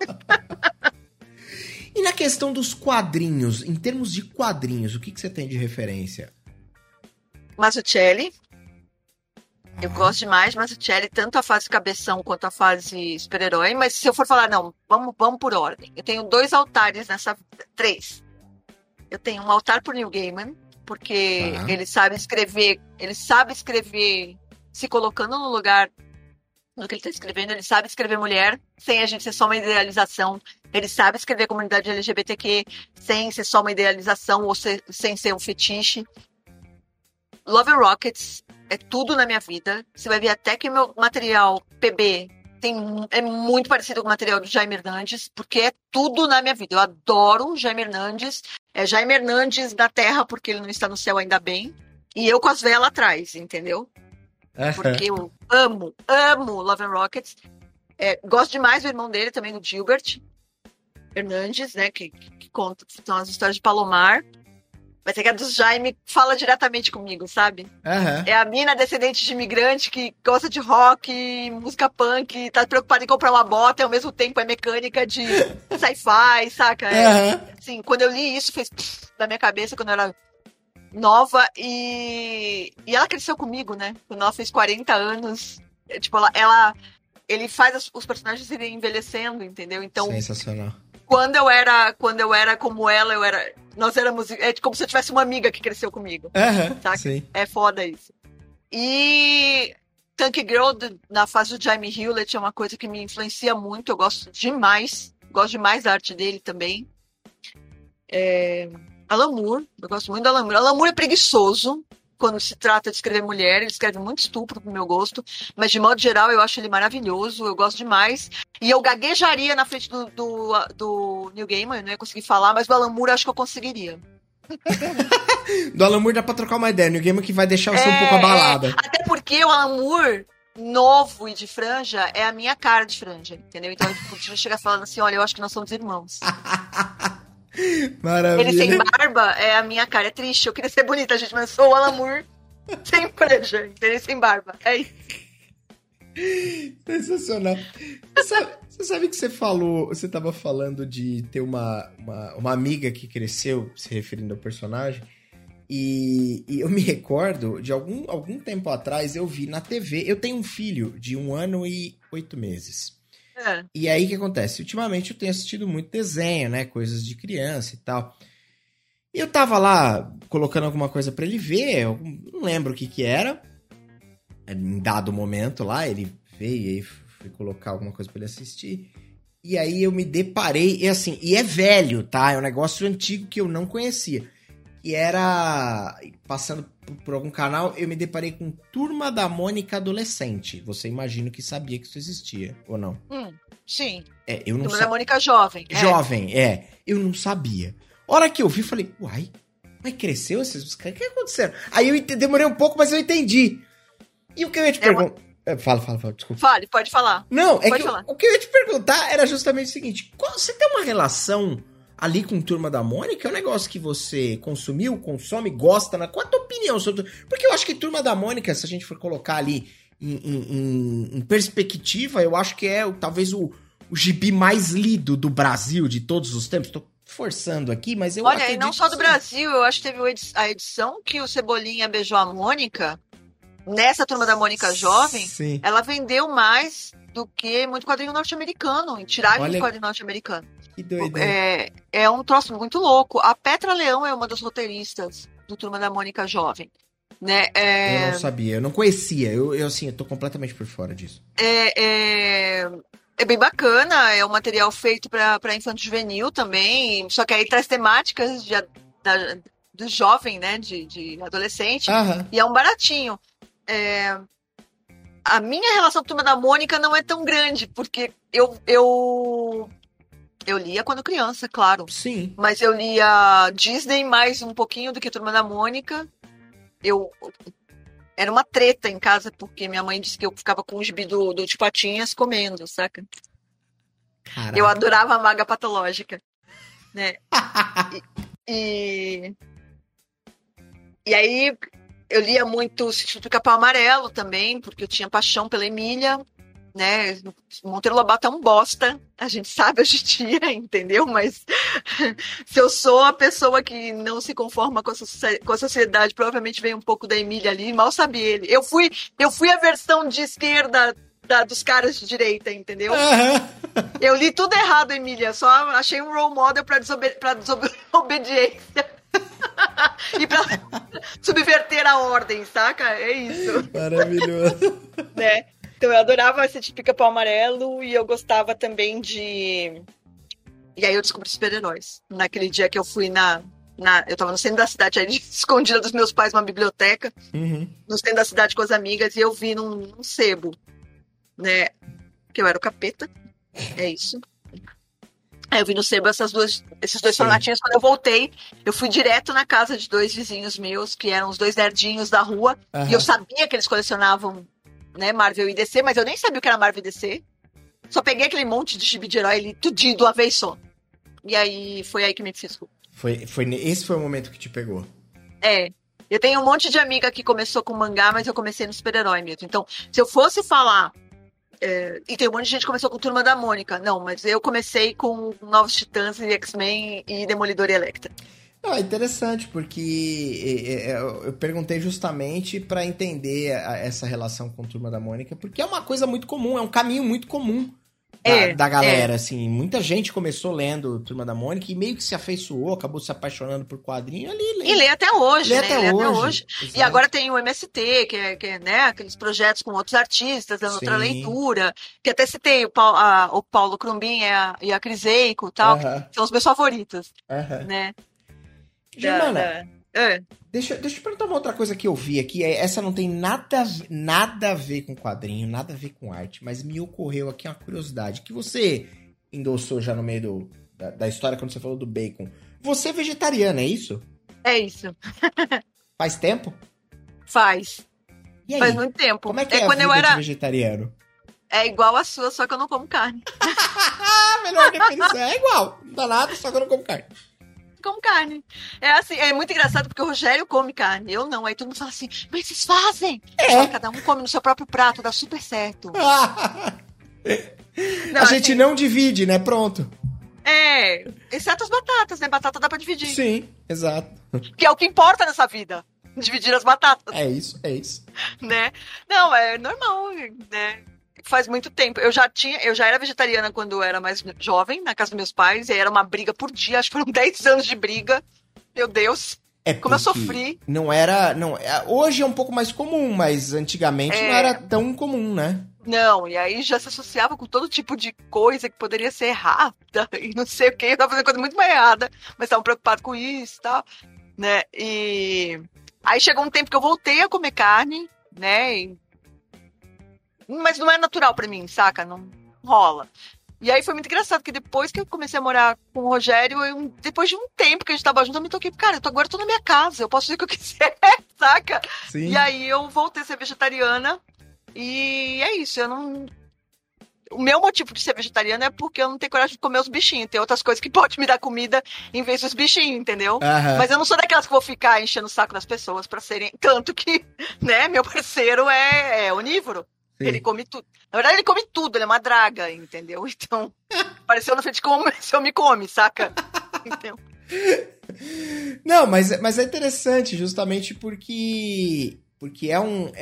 E na questão dos quadrinhos, em termos de quadrinhos, o que você tem de referência? Mazzucchelli. Eu gosto demais de Mazzucchelli, tanto a fase cabeção quanto a fase super-herói, mas se eu for falar, não, vamos por ordem. Eu tenho 2 altares nessa vida, 3. Eu tenho um altar por Neil Gaiman, porque ele sabe escrever se colocando no lugar do que ele está escrevendo, ele sabe escrever mulher, sem a gente ser só uma idealização, ele sabe escrever comunidade LGBTQ sem ser só uma idealização ou sem ser um fetiche. Love and Rockets é tudo na minha vida. Você vai ver até que o meu material PB é muito parecido com o material do Jaime Hernandes, porque é tudo na minha vida. Eu adoro Jaime Hernandes. É Jaime Hernandes na Terra, porque ele não está no céu ainda bem. E eu com as velas atrás, entendeu? Porque eu amo Love and Rockets. Gosto demais do irmão dele também, do Gilbert Hernandes, né? Que conta são as histórias de Palomar. Mas é que a do Jaime fala diretamente comigo, sabe? É a mina descendente de imigrante que gosta de rock, música punk, tá preocupada em comprar uma bota e ao mesmo tempo é mecânica de sci-fi, saca? Assim, quando eu li isso, fez na minha cabeça quando eu era nova e ela cresceu comigo, né? Quando ela fez 40 anos, tipo, ele faz os personagens irem envelhecendo, entendeu? Então, sensacional. Quando eu era como ela, nós éramos, como se eu tivesse uma amiga que cresceu comigo. Saca? Sim. É foda isso. E Tank Girl, na fase do Jaime Hewlett, é uma coisa que me influencia muito, eu gosto demais da arte dele também. Alan Moore, eu gosto muito do Alan Moore. Alan Moore é preguiçoso quando se trata de escrever mulher, ele escreve muito estupro pro meu gosto, mas de modo geral eu acho ele maravilhoso, eu gosto demais. E eu gaguejaria na frente do Neil Gaiman, eu não ia conseguir falar, mas do Alan Moore eu acho que eu conseguiria. Do Alan Moore dá pra trocar uma ideia, Neil Gaiman que vai deixar você um pouco abalada. Até porque o Alan Moore, novo e de franja, é a minha cara de franja, entendeu? Então eu chega falando assim, olha, eu acho que nós somos irmãos. Maravilha. Ele sem barba é a minha cara. É triste, eu queria ser bonita, gente, mas eu sou o Alan Moore sem franja, entendeu? Sem barba. É isso. Sensacional. Você sabe que você tava falando de ter uma amiga que cresceu, se referindo ao personagem, e eu me recordo de algum tempo atrás eu vi na TV, eu tenho um filho de 1 ano e 8 meses. E aí o que acontece? Ultimamente eu tenho assistido muito desenho, né? Coisas de criança e tal. E eu tava lá colocando alguma coisa pra ele ver, eu não lembro o que era. Em dado momento lá, ele veio e aí fui colocar alguma coisa pra ele assistir. E aí eu me deparei, e é velho, tá? É um negócio antigo que eu não conhecia. E era, passando por algum canal, eu me deparei com Turma da Mônica Adolescente. Você imagina que sabia que isso existia, ou não? Sim. Eu não Turma da Mônica Jovem. Jovem, eu não sabia. Hora que eu vi, falei, uai, mas cresceu esses caras? O que aconteceu? Aí eu demorei um pouco, mas eu entendi. E o que eu ia te perguntar... Fala, desculpa. Fale, pode falar. Não, o que eu ia te perguntar era justamente o seguinte. Você tem uma relação ali com Turma da Mônica? É um negócio que você consumiu, consome, gosta? Qual a tua opinião sobre... Porque eu acho que Turma da Mônica, se a gente for colocar ali em perspectiva, eu acho que é talvez o gibi mais lido do Brasil de todos os tempos. Tô forçando aqui, mas eu acredito... Olha, e não só do Brasil, eu acho que teve a edição que o Cebolinha beijou a Mônica... Nessa Turma da Mônica Jovem, sim, ela vendeu mais do que muito quadrinho norte-americano, em tiragem de quadrinho norte-americano. Que doido. É um troço muito louco. A Petra Leão é uma das roteiristas do Turma da Mônica Jovem. Né? Eu não sabia, eu não conhecia. Eu tô completamente por fora disso. É bem bacana, é um material feito para infanto juvenil também, só que aí traz temáticas do jovem, né? De adolescente, e é um baratinho. A minha relação com a Turma da Mônica não é tão grande, porque eu lia quando criança, claro. Sim. Mas eu lia Disney mais um pouquinho do que a Turma da Mônica. Era uma treta em casa, porque minha mãe disse que eu ficava com o gibi do Tio Patinhas comendo, saca? Caraca. Eu adorava a Maga Patológica, né? E aí... Eu lia muito Sítio do Capão Amarelo também, porque eu tinha paixão pela Emília. né? Monteiro Lobato é um bosta, a gente sabe hoje em dia, entendeu? Mas se eu sou a pessoa que não se conforma com a sociedade, provavelmente vem um pouco da Emília ali, mal sabe ele. Eu fui a versão de esquerda dos caras de direita, entendeu? Eu li tudo errado, Emília, só achei um role model pra desobediência. E pra subverter a ordem, saca? É isso. Maravilhoso. Né? Então eu adorava esse de Pica-Pau Amarelo e eu gostava também de... E aí eu descobri super-heróis. Naquele dia que eu fui eu tava no centro da cidade, aí escondida dos meus pais, uma biblioteca, no centro da cidade com as amigas, e eu vi num sebo, né? Que eu era o capeta. É isso. Aí eu vi no sebo esses dois formatinhos. Quando eu voltei, eu fui direto na casa de dois vizinhos meus, que eram os dois nerdinhos da rua, e eu sabia que eles colecionavam, né, Marvel e DC, mas eu nem sabia o que era Marvel e DC. Só peguei aquele monte de gibi de herói ali, tudinho de uma vez só. E aí, foi aí que me fiz. Esse foi o momento que te pegou. É. Eu tenho um monte de amiga que começou com mangá, mas eu comecei no super-herói mesmo. Então, se eu fosse falar... e tem um monte de gente que começou com Turma da Mônica. Não, mas eu comecei com Novos Titãs e X-Men e Demolidor e Electra. É interessante, porque eu perguntei justamente pra entender essa relação com Turma da Mônica, porque é uma coisa muito comum, é um caminho muito comum da galera, assim. Muita gente começou lendo Turma da Mônica e meio que se afeiçoou, acabou se apaixonando por quadrinho ali. E lê até hoje, lê né? até hoje. E agora tem o MST, que é né, aqueles projetos com outros artistas, dando outra leitura, que até citei o Paulo Crumbin e a Cris Eico e tal, que são os meus favoritos, né? Germana, deixa eu te perguntar uma outra coisa que eu vi aqui. Essa não tem nada a ver com quadrinho, nada a ver com arte, mas me ocorreu aqui uma curiosidade que você endossou já no meio da história quando você falou do bacon. Você é vegetariana, é isso? É isso. Faz tempo? Faz. E aí? Faz muito tempo. Como é que é quando a eu vida era de vegetariano? É igual a sua, só que eu não como carne. Melhor definição. É igual. Não dá nada, só que eu não como carne. Como carne. É assim, é muito engraçado porque o Rogério come carne, eu não. Aí todo mundo fala assim, mas vocês fazem? Cada um come no seu próprio prato, dá super certo. Não, a gente não divide, né? Pronto. Exceto as batatas, né? Batata dá pra dividir. Sim, exato. Que é o que importa nessa vida. Dividir as batatas. É isso. Né? Não, é normal, né? Faz muito tempo. Eu já era vegetariana quando eu era mais jovem, na casa dos meus pais, e aí era uma briga por dia, acho que foram 10 anos de briga. Meu Deus. Como eu sofri. Hoje é um pouco mais comum, mas antigamente não era tão comum, né? Não, e aí já se associava com todo tipo de coisa que poderia ser errada, e não sei o que, eu tava fazendo coisa muito mais errada, mas estavam preocupados com isso e tal, né? E aí chegou um tempo que eu voltei a comer carne, né? Mas não é natural pra mim, saca? Não rola. E aí foi muito engraçado, que depois que eu comecei a morar com o Rogério, depois de um tempo que a gente tava junto, eu me toquei, cara, agora eu tô na minha casa, eu posso fazer o que eu quiser, saca? Sim. E aí eu voltei a ser vegetariana, e é isso, o meu motivo de ser vegetariana é porque eu não tenho coragem de comer os bichinhos, tem outras coisas que podem me dar comida em vez dos bichinhos, entendeu? Mas eu não sou daquelas que vou ficar enchendo o saco das pessoas pra serem, tanto que, né, meu parceiro é onívoro. Sim. Ele come tudo. Na verdade, ele come tudo, ele é uma draga, entendeu? Então, apareceu na frente como se eu me come, saca? Então. Não, mas é interessante, justamente porque é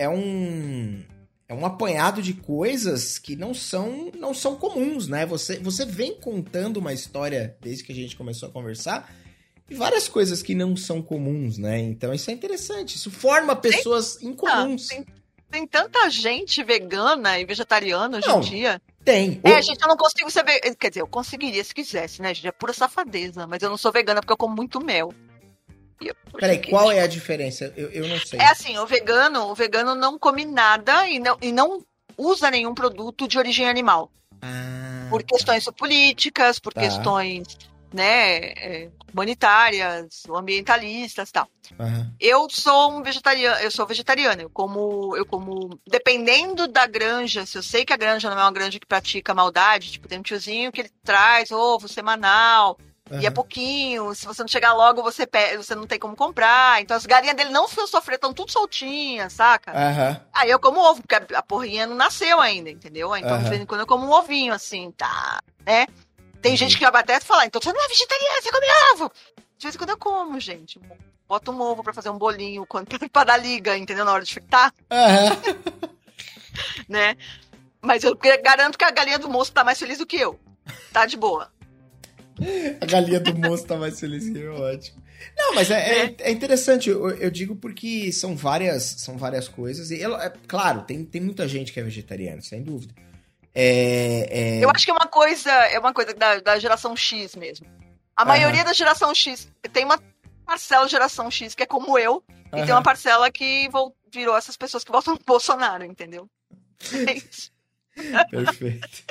um apanhado de coisas que não são comuns, né? Você vem contando uma história desde que a gente começou a conversar, e várias coisas que não são comuns, né? Então isso é interessante, isso forma pessoas incomuns. Tem tanta gente vegana e vegetariana hoje em dia. Tem. Gente, eu não consigo ser vegana. Quer dizer, eu conseguiria se quisesse, né, gente? É pura safadeza. Mas eu não sou vegana porque eu como muito mel. Peraí, qual é a diferença? Eu não sei. É assim, o vegano não come nada e não usa nenhum produto de origem animal. Por questões políticas, por questões, né, humanitárias, ambientalistas e tal. Eu sou vegetariana, eu como, dependendo da granja, se eu sei que a granja não é uma granja que pratica maldade, tipo, tem um tiozinho que ele traz ovo semanal, E é pouquinho, se você não chegar logo, você não tem como comprar. Então as galinhas dele não sofrer, estão tudo soltinhas, saca? Aí eu como ovo, porque a porrinha não nasceu ainda, entendeu? Então de vez em quando eu como um ovinho, assim, tá, né? Tem gente que vai até falar, então você não é vegetariana, você come ovo! De vez em quando eu como, gente. Boto um ovo pra fazer um bolinho pra dar liga, entendeu? Na hora de fritar. Né? Mas eu garanto que a galinha do moço tá mais feliz do que eu. Tá de boa. A galinha do moço tá mais feliz que eu, ótimo. Não, mas é interessante, eu digo porque são várias coisas. E, claro, tem muita gente que é vegetariana, sem dúvida. Eu acho que é uma coisa da geração X mesmo. A maioria da geração X tem uma parcela da geração X que é como eu, e tem uma parcela que virou essas pessoas que votam no Bolsonaro, entendeu? É isso. Perfeito.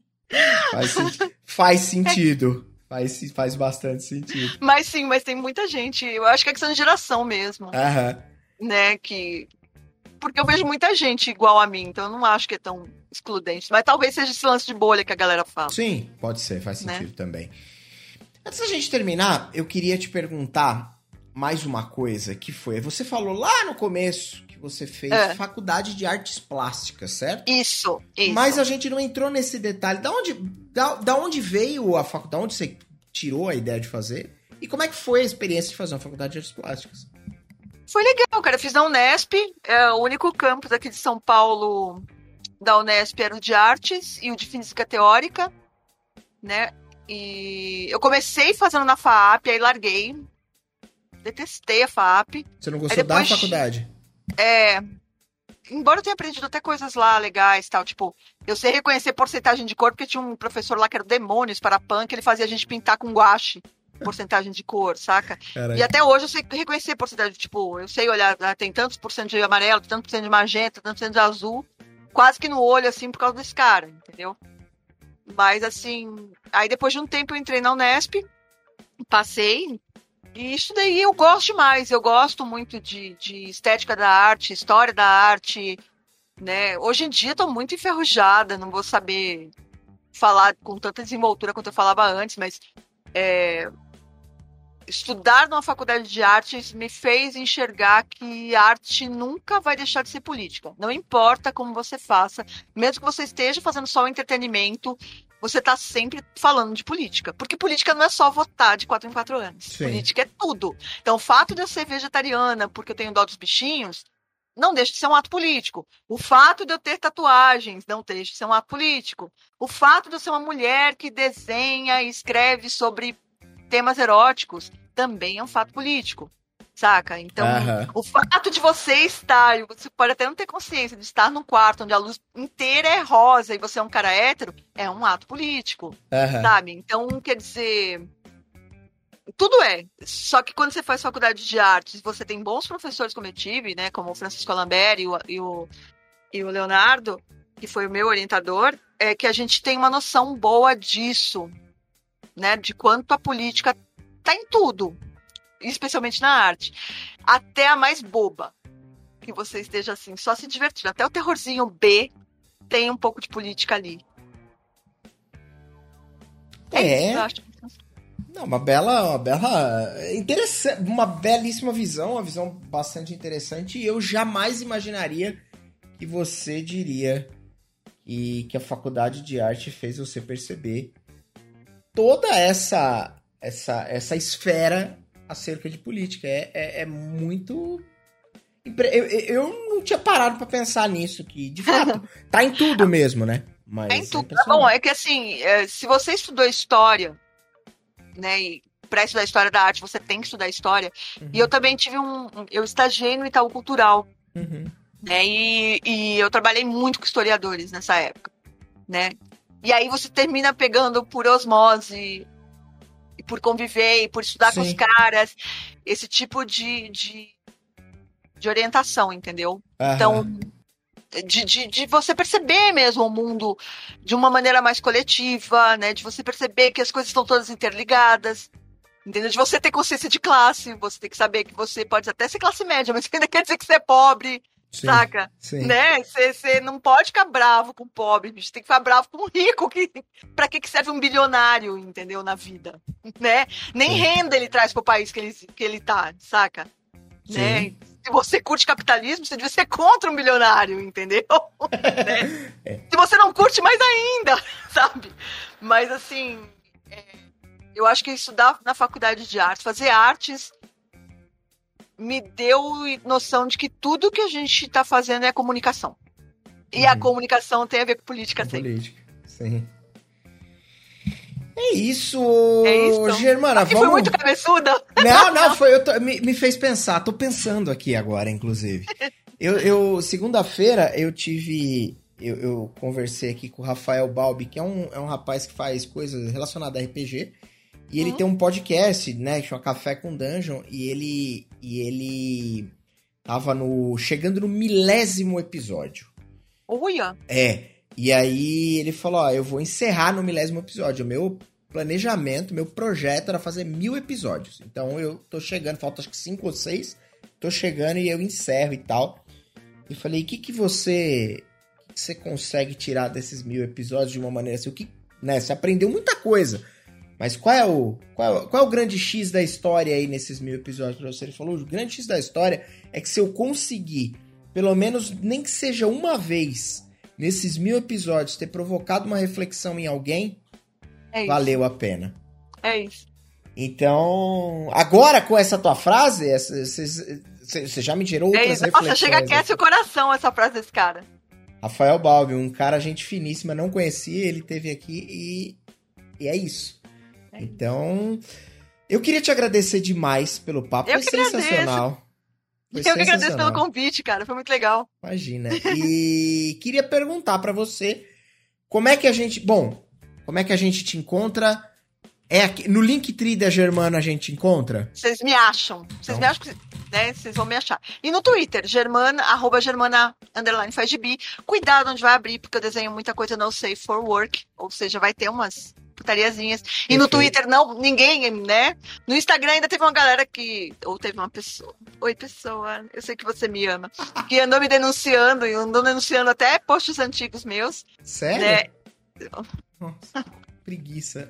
Faz sentido. Faz bastante sentido. Mas sim, tem muita gente. Eu acho que é questão de geração mesmo. Né, porque eu vejo muita gente igual a mim, então eu não acho que é tão excludente. Mas talvez seja esse lance de bolha que a galera fala. Sim, pode ser, faz sentido também. Antes da gente terminar, eu queria te perguntar mais uma coisa, que foi... Você falou lá no começo que você fez faculdade de artes plásticas, certo? Isso. Mas a gente não entrou nesse detalhe. Da onde veio a faculdade? Da onde você tirou a ideia de fazer? E como é que foi a experiência de fazer uma faculdade de artes plásticas? Foi legal, cara. Eu fiz na Unesp. O único campus aqui de São Paulo da Unesp era o de artes e o de física teórica, né? E eu comecei fazendo na FAAP, aí larguei. Detestei a FAAP. Você não gostou da faculdade? Embora eu tenha aprendido até coisas lá legais, tal, tipo, eu sei reconhecer porcentagem de cor, porque tinha um professor lá que era o Demônios para Punk, ele fazia a gente pintar com guache, porcentagem de cor, saca? Caraca. E até hoje eu sei reconhecer porcentagem, tipo, eu sei olhar, tem tantos por cento de amarelo, tantos por cento de magenta, tantos por cento de azul, quase que no olho, assim, por causa desse cara, entendeu? Mas, assim, aí depois de um tempo eu entrei na Unesp, passei... E isso daí eu gosto demais, eu gosto muito de estética da arte, história da arte, né? Hoje em dia eu tô muito enferrujada, não vou saber falar com tanta desenvoltura quanto eu falava antes, mas estudar numa faculdade de artes me fez enxergar que arte nunca vai deixar de ser política. Não importa como você faça, mesmo que você esteja fazendo só o entretenimento, você tá sempre falando de política. Porque política não é só votar de 4 em 4 anos. Sim. Política é tudo. Então, o fato de eu ser vegetariana, porque eu tenho dó dos bichinhos, não deixa de ser um ato político. O fato de eu ter tatuagens não deixa de ser um ato político. O fato de eu ser uma mulher que desenha e escreve sobre temas eróticos também é um fato político. Saca? Então, o fato de você estar, você pode até não ter consciência de estar num quarto onde a luz inteira é rosa e você é um cara hétero, é um ato político, sabe? Então, quer dizer, tudo é. Só que quando você faz faculdade de artes, você tem bons professores como eu tive, né? Como o Francisco Alambert e o Leonardo, que foi o meu orientador, é que a gente tem uma noção boa disso, né? De quanto a política tá em tudo. Especialmente na arte, até a mais boba, que você esteja assim, só se divertindo, até o terrorzinho B tem um pouco de política ali. Isso, eu acho. Não, uma interessante, uma belíssima visão, uma visão bastante interessante, e eu jamais imaginaria que você diria que a faculdade de arte fez você perceber toda essa esfera acerca de política. É muito... Eu não tinha parado pra pensar nisso, que de fato tá em tudo mesmo, né? Mas tá em tudo. Bom, é que assim, se você estudou história, né, e pra estudar história da arte, você tem que estudar história. E eu também eu estagiei no Itaú Cultural, né, e eu trabalhei muito com historiadores nessa época, né? E aí você termina pegando por osmose, e por conviver, e por estudar com os caras, esse tipo de orientação, entendeu? Então, de você perceber mesmo o mundo de uma maneira mais coletiva, né? De você perceber que as coisas estão todas interligadas, entendeu? De você ter consciência de classe, você tem que saber que você pode até ser classe média, mas ainda quer dizer que você é pobre, Sim, saca? sim. Né? Você não pode ficar bravo com o pobre, bicho. Tem que ficar bravo com o rico. Pra que serve um bilionário, entendeu? Na vida, né? Nem Sim. renda ele traz pro país que ele tá, saca? Né? Sim. Se você curte capitalismo, você devia ser contra um bilionário, entendeu? Né? Se você não curte, mais ainda, sabe? Mas, assim, eu acho que estudar na faculdade de artes, fazer artes, me deu noção de que tudo que a gente tá fazendo é comunicação. E a comunicação tem a ver com política, Com sempre. política, sim. É isso, Germana, Aqui vamos... foi muito cabeçuda? Não, foi, me fez pensar, tô pensando aqui agora, inclusive. Segunda-feira, eu conversei aqui com o Rafael Balbi, que é um rapaz que faz coisas relacionadas a RPG, e ele tem um podcast, né, que chama Café com Dungeon, e ele tava chegando no 1000º episódio. Olha! E aí ele falou, ó, eu vou encerrar no 1000º episódio. O meu planejamento, meu projeto era fazer 1000 episódios. Então eu tô chegando, falta acho que 5 ou 6, tô chegando e eu encerro e tal. E falei, o que você consegue tirar desses 1000 episódios de uma maneira assim? Né, você aprendeu muita coisa, mas qual é o grande X da história aí nesses 1000 episódios pra você? Ele falou, o grande X da história é que se eu conseguir, pelo menos nem que seja uma vez, nesses 1000 episódios, ter provocado uma reflexão em alguém, valeu a pena. É isso. Então, agora com essa tua frase, você já me gerou outras reflexões. Nossa, chega aquece o coração essa frase desse cara. Rafael Balbi, um cara gente finíssima, não conhecia, ele esteve aqui e é isso. Então, eu queria te agradecer demais pelo papo, foi sensacional. Eu que agradeço pelo convite, cara, foi muito legal. Imagina. E queria perguntar pra você, como é que a gente te encontra? Aqui, no Linktree da Germana a gente encontra? Vocês me acham. Vocês me acham, né? Vocês vão me achar. E no Twitter, Germana, @Germana_FazGB. Cuidado onde vai abrir, porque eu desenho muita coisa no Safe for Work, ou seja, vai ter umas putariazinhas. E no Twitter, não, ninguém, né? No Instagram ainda teve uma galera ou teve uma pessoa. Oi, pessoa, eu sei que você me ama. Que andou me denunciando, e andou denunciando até posts antigos meus. Sério? Né? Nossa, preguiça.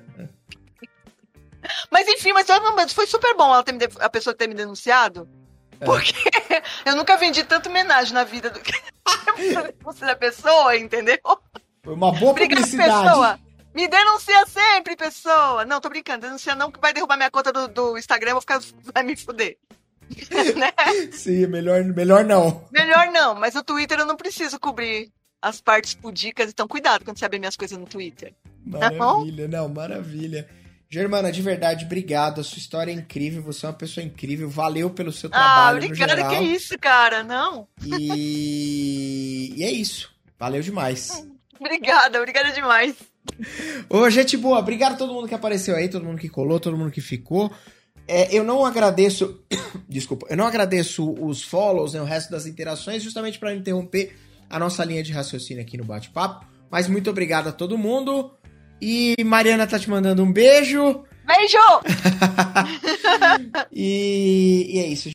Mas enfim, mas foi super bom a pessoa ter me denunciado. Porque eu nunca vendi tanta homenagem na vida do que você da pessoa, entendeu? Foi uma boa publicidade. Obrigada, pessoa. Me denuncia sempre, pessoa. Não, tô brincando. Denuncia não, que vai derrubar minha conta do Instagram, vai me fuder. Né? Sim, melhor não. Melhor não, mas o Twitter eu não preciso cobrir as partes pudicas, então cuidado quando você abrir minhas coisas no Twitter. Maravilha, tá, maravilha. Germana, de verdade, obrigado. A sua história é incrível, você é uma pessoa incrível. Valeu pelo seu trabalho, obrigada, no geral. Que isso, cara, não. E é isso. Valeu demais. Obrigada demais. Ô, gente boa, obrigado a todo mundo que apareceu aí, todo mundo que colou, todo mundo que ficou. Eu não agradeço, desculpa, eu não agradeço os follows, né, o resto das interações, justamente para interromper a nossa linha de raciocínio aqui no bate-papo. Mas muito obrigado a todo mundo. E Mariana tá te mandando um beijo. Beijo! E é isso.